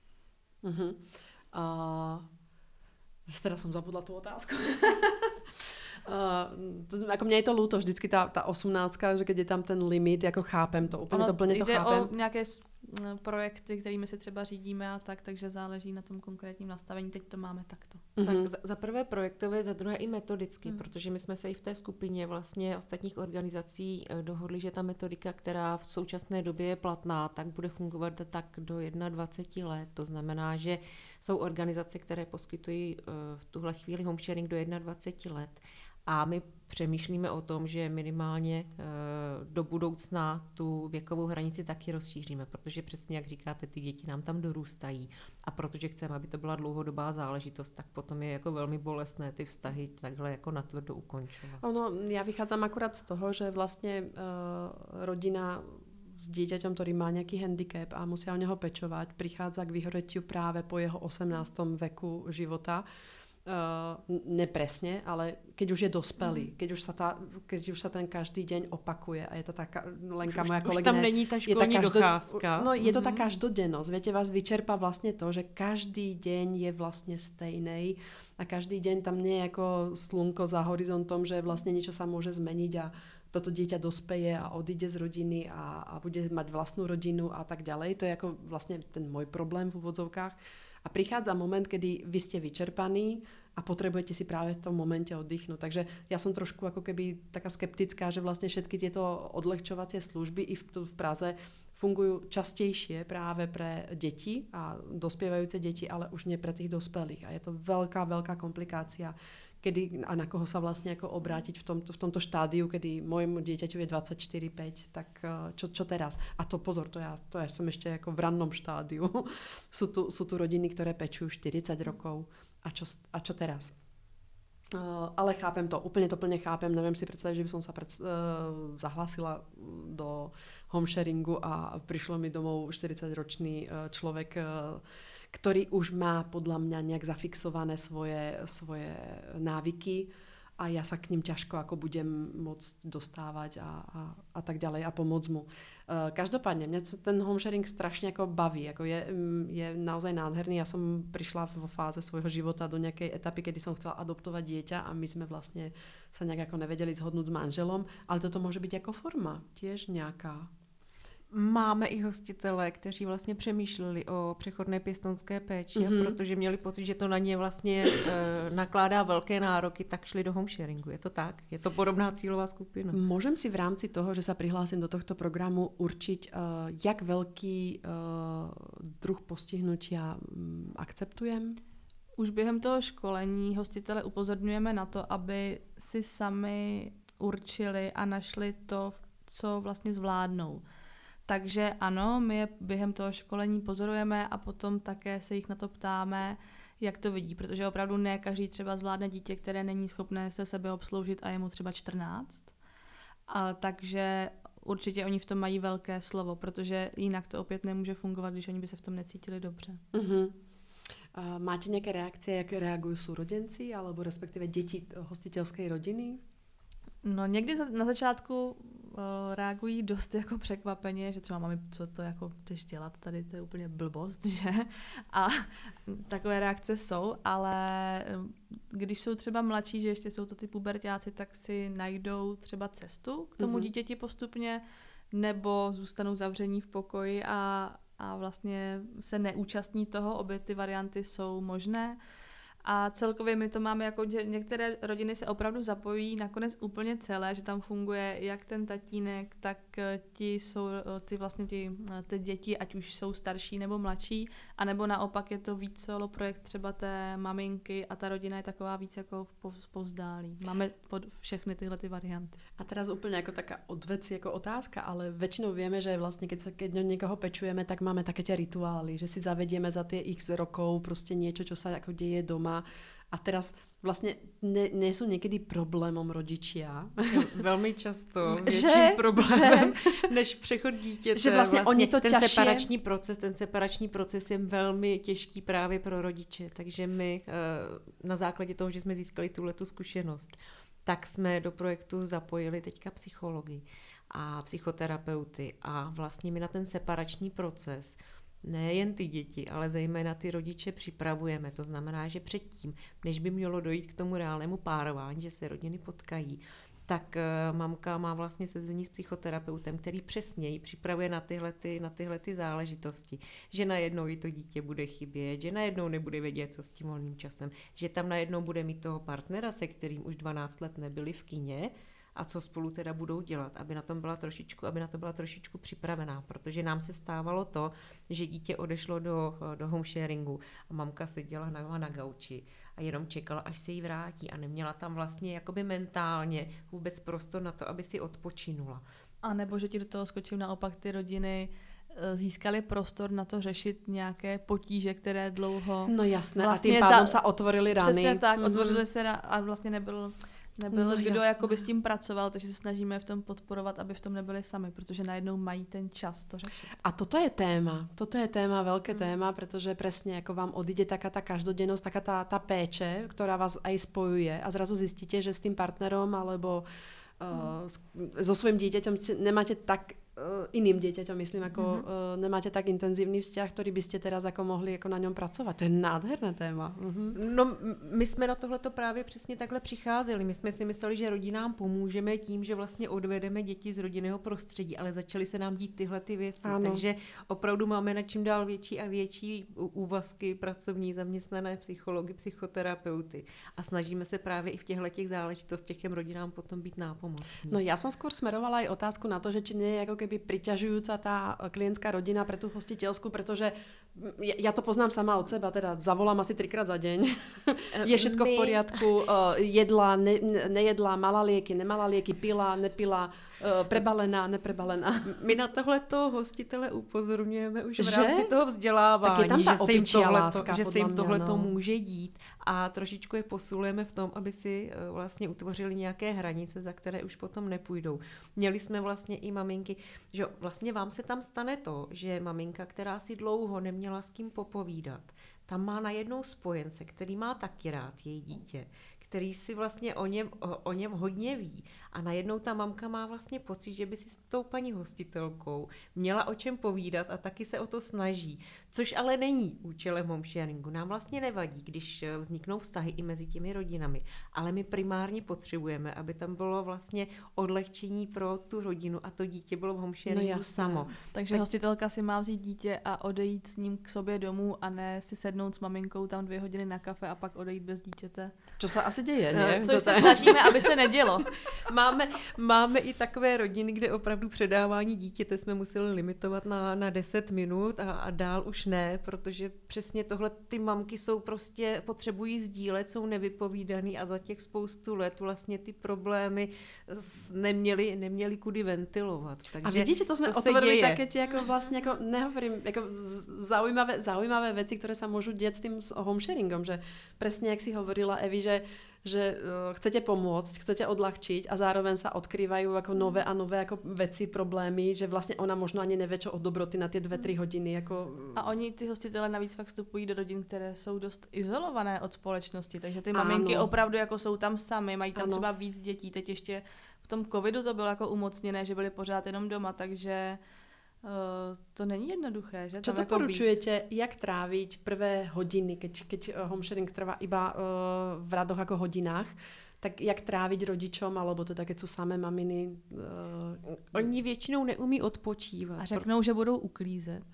S1: Uh-huh. Uh, teda som zabudla tú otázku. Uh, to, ako mne je to ľúto vždycky tá, tá osemnáctka, že keď je tam ten limit, ako chápem to, úplne to plne to chápem.
S2: Jde o nějaké projekty, kterými se třeba řídíme a tak, takže záleží na tom konkrétním nastavení. Teď to máme takto.
S3: Mm-hmm. Tak za, za prvé projektové, za druhé i metodicky, mm. protože my jsme se i v té skupině vlastně ostatních organizací dohodli, že ta metodika, která v současné době je platná, tak bude fungovat tak do dvacet jedna let. To znamená, že jsou organizace, které poskytují v tuhle chvíli homesharing do dvacet jedna let. A my přemýšlíme o tom, že minimálně do budoucna tu věkovou hranici taky rozšíříme, protože přesně jak říkáte, ty děti nám tam dorůstají a protože chceme, aby to byla dlouhodobá záležitost, tak potom je jako velmi bolestné ty vztahy takhle jako natvrdo ukončovat.
S1: Ono, ja vychádzam akurát z toho, že vlastne uh, rodina s dieťaťom, ktorý má nejaký handicap a musia o neho pečovať, prichádza k vyhoretiu práve po jeho osemnástom veku života. Uh, nepresne, ale keď už je dospelý, mm. keď, už sa tá, keď už sa ten každý deň opakuje a je to taká, Lenka,
S3: už,
S1: moja
S3: už
S1: kolegyňa,
S3: tam není tá školní
S1: každo,
S3: docházka.
S1: No je to tá každodennosť, viete, vás vyčerpá vlastne to, že každý deň je vlastne stejnej a každý deň tam nie je ako slnko za horizontom, že vlastne niečo sa môže zmeniť a toto dieťa dospeje a odíde z rodiny a, a bude mať vlastnú rodinu a tak ďalej. To je ako vlastne ten môj problém v úvodzovkách. A prichádza moment, kedy vy ste vyčerpaní a potrebujete si práve v tom momente oddychnúť. Takže ja som trošku ako keby taká skeptická, že vlastne všetky tieto odľahčovacie služby i v, tu v Praze fungujú častejšie práve pre deti a dospievajúce deti, ale už nie pre tých dospelých. A je to veľká, veľká komplikácia, kedy a na koho sa vlastne ako obrátiť v tomto, v tomto štádiu, kedy môjmu dieťaťu je dvadsaťštyri päť, tak čo, čo teraz? A to pozor, to ja, to ja som ešte ako v rannom štádiu. sú, tu, sú tu rodiny, ktoré pečujú štyridsať rokov. A čo, a čo teraz? Uh, ale chápem to, úplne to plne chápem. Neviem si predstaviť, že by som sa pred, uh, zahlásila do homesharingu a prišlo mi domov štyridsaťročný uh, človek, uh, ktorý už má podľa mňa nejak zafixované svoje, svoje návyky a ja sa k ním ťažko ako budem môcť dostávať a, a, a tak ďalej a pomôcť mu. Každopádne, mňa ten homesharing strašne ako baví, ako je, je naozaj nádherný. Ja som prišla vo fáze svojho života do nejakej etapy, kedy som chcela adoptovať dieťa a my sme vlastne sa nejak ako nevedeli zhodnúť s manželom, ale toto môže byť ako forma tiež nejaká.
S3: Máme i hostitele, kteří vlastně přemýšleli o přechodné pěstounské péči, mm-hmm. protože měli pocit, že to na ně vlastně e, nakládá velké nároky, tak šli do home sharingu. Je to tak? Je to podobná cílová skupina?
S1: Môžem si v rámci toho, že sa prihlásim do tohto programu, určiť, uh, jak veľký uh, druh postihnutia um, akceptujem?
S2: Už během toho školení hostitele upozorňujeme na to, aby si sami určili a našli to, co vlastně zvládnou. Takže ano, my je během toho školení pozorujeme a potom také se jich na to ptáme, jak to vidí, protože opravdu ne každý třeba zvládne dítě, které není schopné se sebe obsloužit a je mu třeba čtrnáct. A takže určitě oni v tom mají velké slovo, protože jinak to opět nemůže fungovat, když oni by se v tom necítili dobře.
S1: Uh-huh. Uh, máte nějaké reakcie, jak reagují súrodenci alebo respektive děti hostitelské rodiny?
S2: No někdy na začátku uh, reagují dost jako překvapeně, že třeba mami, co to jako chceš dělat, tady to je úplně blbost, že? A takové reakce jsou, ale když jsou třeba mladší, že ještě jsou to ty puberťáci, tak si najdou třeba cestu k tomu mm-hmm. dítěti postupně, nebo zůstanou zavření v pokoji a, a vlastně se neúčastní toho, obě ty varianty jsou možné. A celkově my to máme jako, že některé rodiny se opravdu zapojí nakonec úplně celé, že tam funguje jak ten tatínek, tak ti jsou ty vlastně ty, ty děti, ať už jsou starší nebo mladší, anebo naopak je to víc solo projekt třeba té maminky a ta rodina je taková víc jako povzdálí. Máme pod všechny tyhle ty varianty.
S1: A teraz úplně jako taká odveci, jako otázka, ale většinou víme, že vlastně keď, sa, keď někoho pečujeme, tak máme také tie rituály, že si zavedieme za tie x rokov prostě niečo, čo sa jako deje doma. A teraz vlastně ne, ne jsou někdy problémom rodičia.
S3: Velmi často větším problémem že, než přechod dítěte.
S1: Že vlastně, vlastně oni to
S3: ten
S1: těžší...
S3: separační proces, ten separační proces je velmi těžký právě pro rodiče. Takže my na základě toho, že jsme získali tuhletu zkušenost, tak jsme do projektu zapojili teďka psychology a psychoterapeuty a vlastně my na ten separační proces nejen ty děti, ale zejména ty rodiče připravujeme. To znamená, že předtím, než by mělo dojít k tomu reálnému párování, že se rodiny potkají, tak uh, mamka má vlastně sezení s psychoterapeutem, který přesně ji připravuje na tyhle, ty, na tyhle ty záležitosti. Že najednou jí to dítě bude chybět, že najednou nebude vědět, co s tím volným časem, že tam najednou bude mít toho partnera, se kterým už dvanáct let nebyli v kině, a co spolu teda budou dělat, aby na tom byla trošičku, aby na to byla trošičku připravená, protože nám se stávalo to, že dítě odešlo do, do home sharingu a mamka seděla na, na gauči a jenom čekala, až se jí vrátí a neměla tam vlastně jakoby mentálně vůbec prostor na to, aby si odpočinula.
S2: A nebo že ti do toho skočím naopak ty rodiny získali prostor na to řešit nějaké potíže, které dlouho...
S1: No jasné,
S2: vlastně
S1: a tím pádem
S2: za...
S1: se otvorili rany.
S2: Přesně tak,
S1: mm-hmm.
S2: otvořili se a vlastně nebyl... Nebyl
S1: no,
S2: kdo jakoby s tím pracoval, takže se snažíme v tom podporovat, aby v tom nebyli sami, protože najednou mají ten čas to řešit.
S1: A toto je téma, toto je téma, veľké mm. téma, protože presne ako vám odíde taká tá každodennosť, taká tá, tá péče, ktorá vás aj spojuje a zrazu zistíte, že s tým partnerom alebo uh, mm. so svojím dieťaťom nemáte tak uh, iným dieťaťom, myslím, ako mm-hmm. uh, nemáte tak intenzívny vzťah, ktorý by ste teraz ako mohli ako na ňom pracovat. To je nádherné téma. Mm-hmm.
S3: No, my jsme na tohleto právě přesně takhle přicházeli. My jsme si mysleli, že rodinám pomůžeme tím, že vlastně odvedeme děti z rodinného prostředí, ale začaly se nám dít tyhle ty věci. Ano. Takže opravdu máme na čím dál větší a větší úvazky pracovní, zaměstnané psychology, psychoterapeuty a snažíme se právě i v těchto těch záležitostech těm rodinám potom být nápomocní.
S1: No ja som skôr smerovala aj otázku na to, že či nie je ako keby priťažujúca tá klientská rodina pre tú hostiteľskú, pretože ja, ja to poznám sama od seba, teda zavolám asi trikrát za deň. Je všetko v poriadku, jedla, ne, nejedla, mala lieky, nemala lieky, pila, nepila, prebalená, neprebalená.
S3: My na tohleto hostitele upozorňujeme už v rámci že? toho vzdělávání,
S1: tam
S3: že se jim tohleto,
S1: láska,
S3: že se jim tohleto
S1: no.
S3: může dít a trošičku je posilujeme v tom, aby si vlastně utvořili nějaké hranice, za které už potom nepůjdou. Měli jsme vlastně i maminky, že vlastně vám se tam stane to, že maminka, která si dlouho neměla s kým popovídat, tam má najednou spojence, který má taky rád její dítě, který si vlastně o něm, o, o něm hodně ví. A najednou ta mamka má vlastně pocit, že by si s tou paní hostitelkou měla o čem povídat a taky se o to snaží. Což ale není účelem home sharingu. Nám vlastně nevadí, když vzniknou vztahy i mezi těmi rodinami, ale my primárně potřebujeme, aby tam bylo vlastně odlehčení pro tu rodinu a to dítě bylo v home sharingu no samo.
S2: Takže tak... hostitelka si má vzít dítě a odejít s ním k sobě domů a ne si sednout s maminkou tam dvě hodiny na kafe a pak odejít bez dítěte.
S1: Co se asi děje, ne?
S2: No, což se snažíme, aby se nedělo.
S3: máme, máme i takové rodiny, kde opravdu předávání dítěte jsme museli limitovat na, na deset minut a, a dál už ne, protože přesně tohle ty mamky jsou prostě, potřebují sdílet, jsou nevypovídaný a za těch spoustu let vlastně ty problémy neměli, neměli kudy ventilovat. Takže
S1: a vidíte, to jsme
S3: to
S1: otvorili také ti jako vlastně, jako nehovorím, jako zaujímavé, zaujímavé veci, ktoré sa môžu diať s tým home sharingom, že presne, jak si hovorila Evi, že že uh, chcete pomôcť, chcete odľahčiť a zároveň sa odkrývajú ako nové a nové ako veci, problémy, že vlastne ona možno ani nevie, čo od dobroty na tie dve tri hodiny. Jako...
S2: A oni, ty hostitele, navíc fakt vstupují do rodin, které jsou dost izolované od společnosti, takže ty maminky ano. opravdu jako jsou tam sami, mají tam ano. třeba víc dětí. Teď ještě v tom covidu to bylo jako umocněné, že byli pořád jenom doma, takže Uh, to není jednoduché, že?
S1: Čo doporučujete, jak tráviť prvé hodiny, keď, keď home sharing trvá iba uh, v radoch ako hodinách, tak jak tráviť rodičom, alebo teda keď sú samé maminy? Uh...
S3: Oni většinou neumí odpočívat.
S2: A řeknou, že budou uklízet.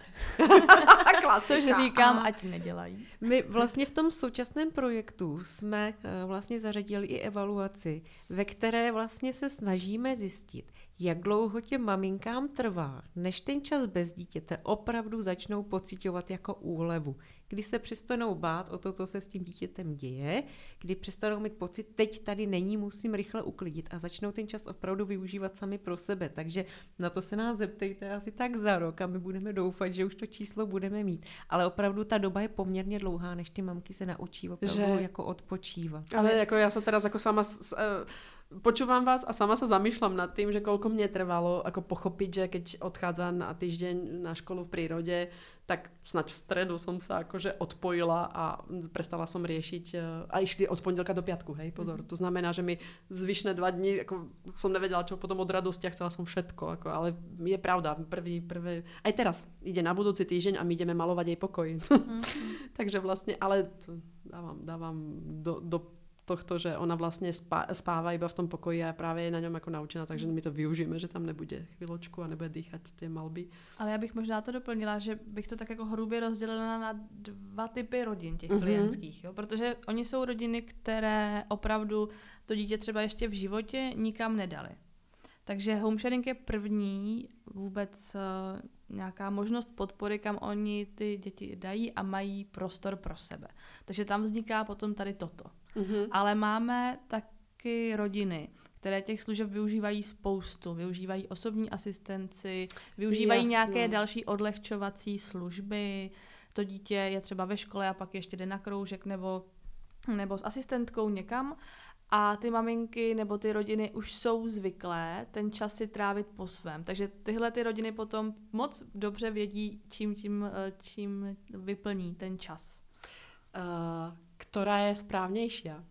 S2: Což říkám, ať nedělají.
S3: My vlastně v tom současném projektu jsme uh, vlastně zařadili i evaluaci, ve které vlastně se snažíme zjistit, jak dlouho těm maminkám trvá, než ten čas bez dítěte opravdu začnou pociťovat jako úlevu. Kdy se přestanou bát o to, co se s tím dítětem děje, kdy přestanou mít pocit, teď tady není, musím rychle uklidit a začnou ten čas opravdu využívat sami pro sebe. Takže na to se nás zeptejte asi tak za rok a my budeme doufat, že už to číslo budeme mít. Ale opravdu ta doba je poměrně dlouhá, než ty mamky se naučí opravdu že... jako odpočívat.
S1: Ale jako já se teraz jako sama... S, uh... Počúvam vás a sama sa zamýšľam nad tým, že koľko mne trvalo ako pochopiť, že keď odchádza na týždeň na školu v prírode, tak snaď v stredu som sa akože odpojila a prestala som riešiť a išli od pondelka do piatku, hej, pozor. To znamená, že mi zvyšné dva dni, ako som nevedela, čo potom od radosti a chcela som všetko, ako, ale je pravda, prvý, prvý, aj teraz ide na budúci týždeň a my ideme malovať jej pokoj. Mm-hmm. Takže vlastne, ale dávam, dávam do, do tohto, že ona vlastně spá, spáva iba v tom pokoji a právě je na něm jako naučená, takže my to využijeme, že tam nebude chvíločku a nebude dýchat ty malby.
S2: Ale já bych možná to doplnila, že bych to tak jako hrubě rozdělila na dva typy rodin těch mm-hmm. klientských, jo? Protože oni jsou rodiny, které opravdu to dítě třeba ještě v životě nikam nedali. Takže home sharing je první vůbec uh, nějaká možnost podpory, kam oni ty děti dají a mají prostor pro sebe. Takže tam vzniká potom tady toto. Mm-hmm. Ale máme taky rodiny, které těch služeb využívají spoustu. Využívají osobní asistenci, využívají Jasně. nějaké další odlehčovací služby. To dítě je třeba ve škole a pak ještě jde na kroužek nebo, nebo s asistentkou někam. A ty maminky nebo ty rodiny už jsou zvyklé ten čas si trávit po svém. Takže tyhle ty rodiny potom moc dobře vědí, čím, tím, čím vyplní ten čas.
S1: Uh, ktorá je správnejšia?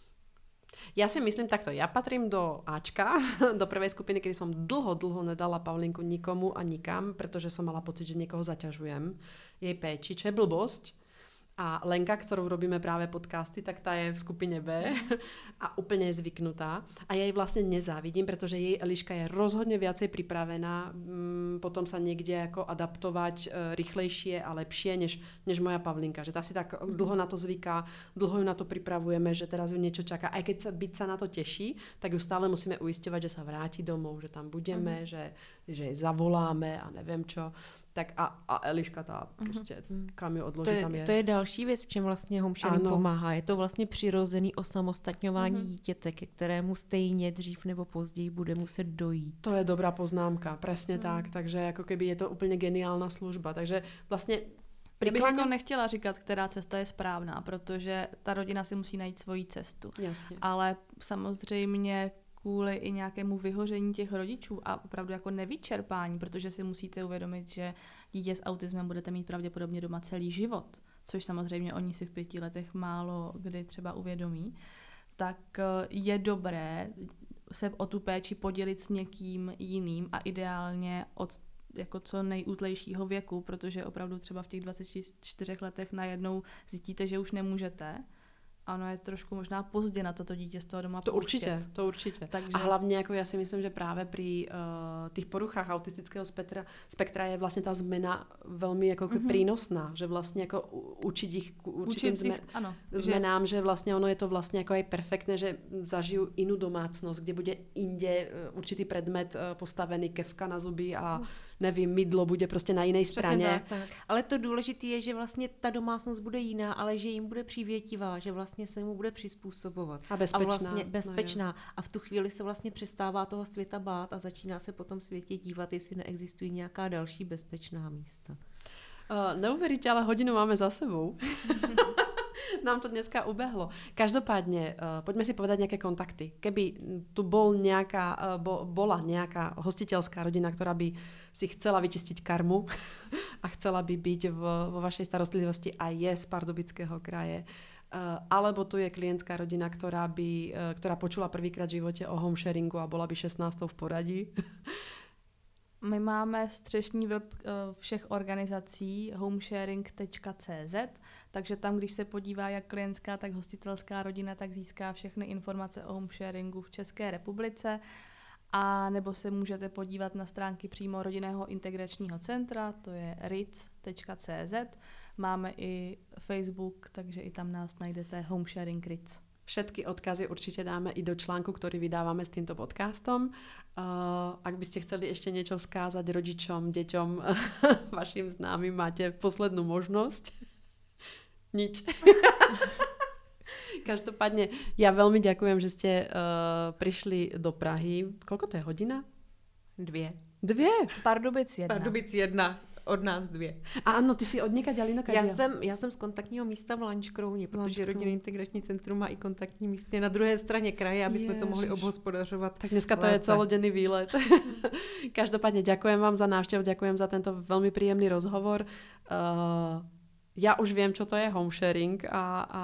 S1: Ja si myslím takto, ja patrím do Ačka, do prvej skupiny, kedy som dlho, dlho nedala Pavlinku nikomu a nikam, pretože som mala pocit, že niekoho zaťažujem jej péči, čo je blbosť. A Lenka, ktorou robíme práve podcasty, tak tá je v skupine B a úplne je zvyknutá. A ja jej vlastne nezávidím, pretože jej Eliška je rozhodne viacej pripravená m, potom sa niekde ako adaptovať e, rýchlejšie a lepšie, než, než moja Pavlinka. Že tá si tak dlho na to zvyká, dlho ju na to pripravujeme, že teraz ju niečo čaká. Aj keď sa byť sa na to teší, tak ju stále musíme uisťovať, že sa vráti domov, že tam budeme, mm. že, že jej zavoláme a neviem čo. Tak a, a Eliška ta prostě, mm. kam ju odloží,
S3: to je,
S1: tam je.
S3: To je další věc, v čem vlastně home sharing pomáhá. Je to vlastně přirozený osamostatňování mm. dítěte, ke kterému stejně dřív nebo později bude muset dojít.
S1: To je dobrá poznámka, presne mm. tak. Takže jako keby je to úplně geniální služba. Takže vlastně
S2: Já bych jako nechtěla říkat, která cesta je správná, protože ta rodina si musí najít svoji cestu.
S1: Jasně.
S2: Ale samozřejmě kvůli i nějakému vyhoření těch rodičů a opravdu jako nevyčerpání, protože si musíte uvědomit, že dítě s autismem budete mít pravděpodobně doma celý život, což samozřejmě oni si v pěti letech málo kdy třeba uvědomí, tak je dobré se o tu péči podělit s někým jiným a ideálně od jako co nejútlejšího věku, protože opravdu třeba v těch dvaceti čtyřech letech najednou zjistíte, že už nemůžete. Ano, je trošku možná pozdě na toto dítě z toho doma
S1: To
S2: pouštět.
S1: určitě, to určitě.
S2: Takže...
S1: A hlavně jako já si myslím, že právě pri uh, tých poruchách autistického spektra, spektra je vlastně ta zmena velmi jako mm-hmm. prínosná, že vlastně jako učiť ich k určitým zme-
S2: ano,
S1: zmenám, že... že vlastně ono je to vlastně jako aj perfektné, že zažijú inú domácnosť, kde bude inde uh, určitý predmet uh, postavený, kevka na zuby a mm. nevím, mydlo bude prostě na jiné straně.
S3: Tak, tak. Ale to důležité je, že vlastně ta domácnost bude jiná, ale že jim bude přívětivá, že vlastně se mu bude přizpůsobovat.
S1: A bezpečná.
S3: A vlastně bezpečná.
S1: No,
S3: a v tu chvíli se vlastně přestává toho světa bát a začíná se po tom světě dívat, jestli neexistují nějaká další bezpečná místa.
S1: Uh, neuveríte, ale hodinu máme za sebou. Nám to dneska ubehlo. Každopádne, uh, poďme si povedať nejaké kontakty. Keby tu bol nejaká, uh, bo, bola nejaká hostiteľská rodina, ktorá by si chcela vyčistiť karmu a chcela by byť v, vo vašej starostlivosti a je z Pardubického kraje, uh, alebo tu je klientská rodina, ktorá, by, uh, ktorá počula prvýkrát v živote o home sharingu a bola by šestnástou v poradí.
S2: My máme střešní web všech organizací homesharing tečka cé zet, takže tam, když se podívá jak klientská, tak hostitelská rodina, tak získá všechny informace o homesharingu v České republice. A nebo se můžete podívat na stránky přímo rodinného integračního centra, to je ric tečka cé zet. Máme i Facebook, takže i tam nás najdete homesharing ric.
S1: Všetky odkazy určite dáme i do článku, ktorý vydávame s týmto podcastom. Uh, ak by ste chceli ešte niečo skázať rodičom, deťom, vašim známym, máte poslednú možnosť. Nič. Každopádne, ja veľmi ďakujem, že ste uh, prišli do Prahy. Koľko to je hodina?
S3: Dvě.
S1: Dvě?
S2: Z Pardubic jedna.
S3: Pardubic jedna. Od nás dvě.
S1: A ano, ty jsi od někaď a Lino
S3: já jsem, já jsem z kontaktního místa v Lanškrouni, protože Rodinné integrační centrum má i kontaktní místě na druhé straně kraje, aby jsme to mohli obhospodařovat.
S1: Tak dneska to lépe. Je celodenný výlet. Každopádně děkujem vám za návštěvu, děkujem za tento velmi příjemný rozhovor. Uh, Ja už viem, čo to je home sharing a, a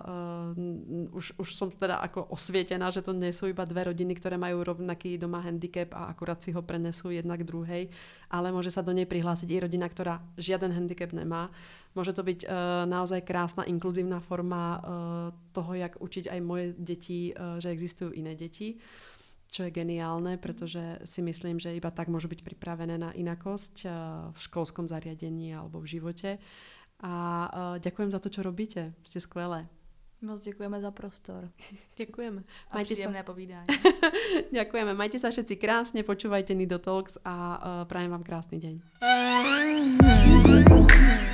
S1: uh, už, už som teda ako osvietená, že to nie sú iba dve rodiny, ktoré majú rovnaký doma handicap a akurát si ho prenesú jedna k druhej, ale môže sa do nej prihlásiť i rodina, ktorá žiaden handicap nemá. Môže to byť uh, naozaj krásna inkluzívna forma uh, toho, jak učiť aj moje deti, uh, že existujú iné deti, čo je geniálne, pretože si myslím, že iba tak môžu byť pripravené na inakosť uh, v školskom zariadení alebo v živote. A uh, ďakujem za to, čo robíte. Ste skvelé.
S2: Moc děkujeme za prostor.
S3: Děkujeme.
S2: A majte příjemné sa... povídání.
S1: Ďakujeme. Majte sa všetci krásne, počúvajte Nido Talks a uh, prajem vám krásny deň.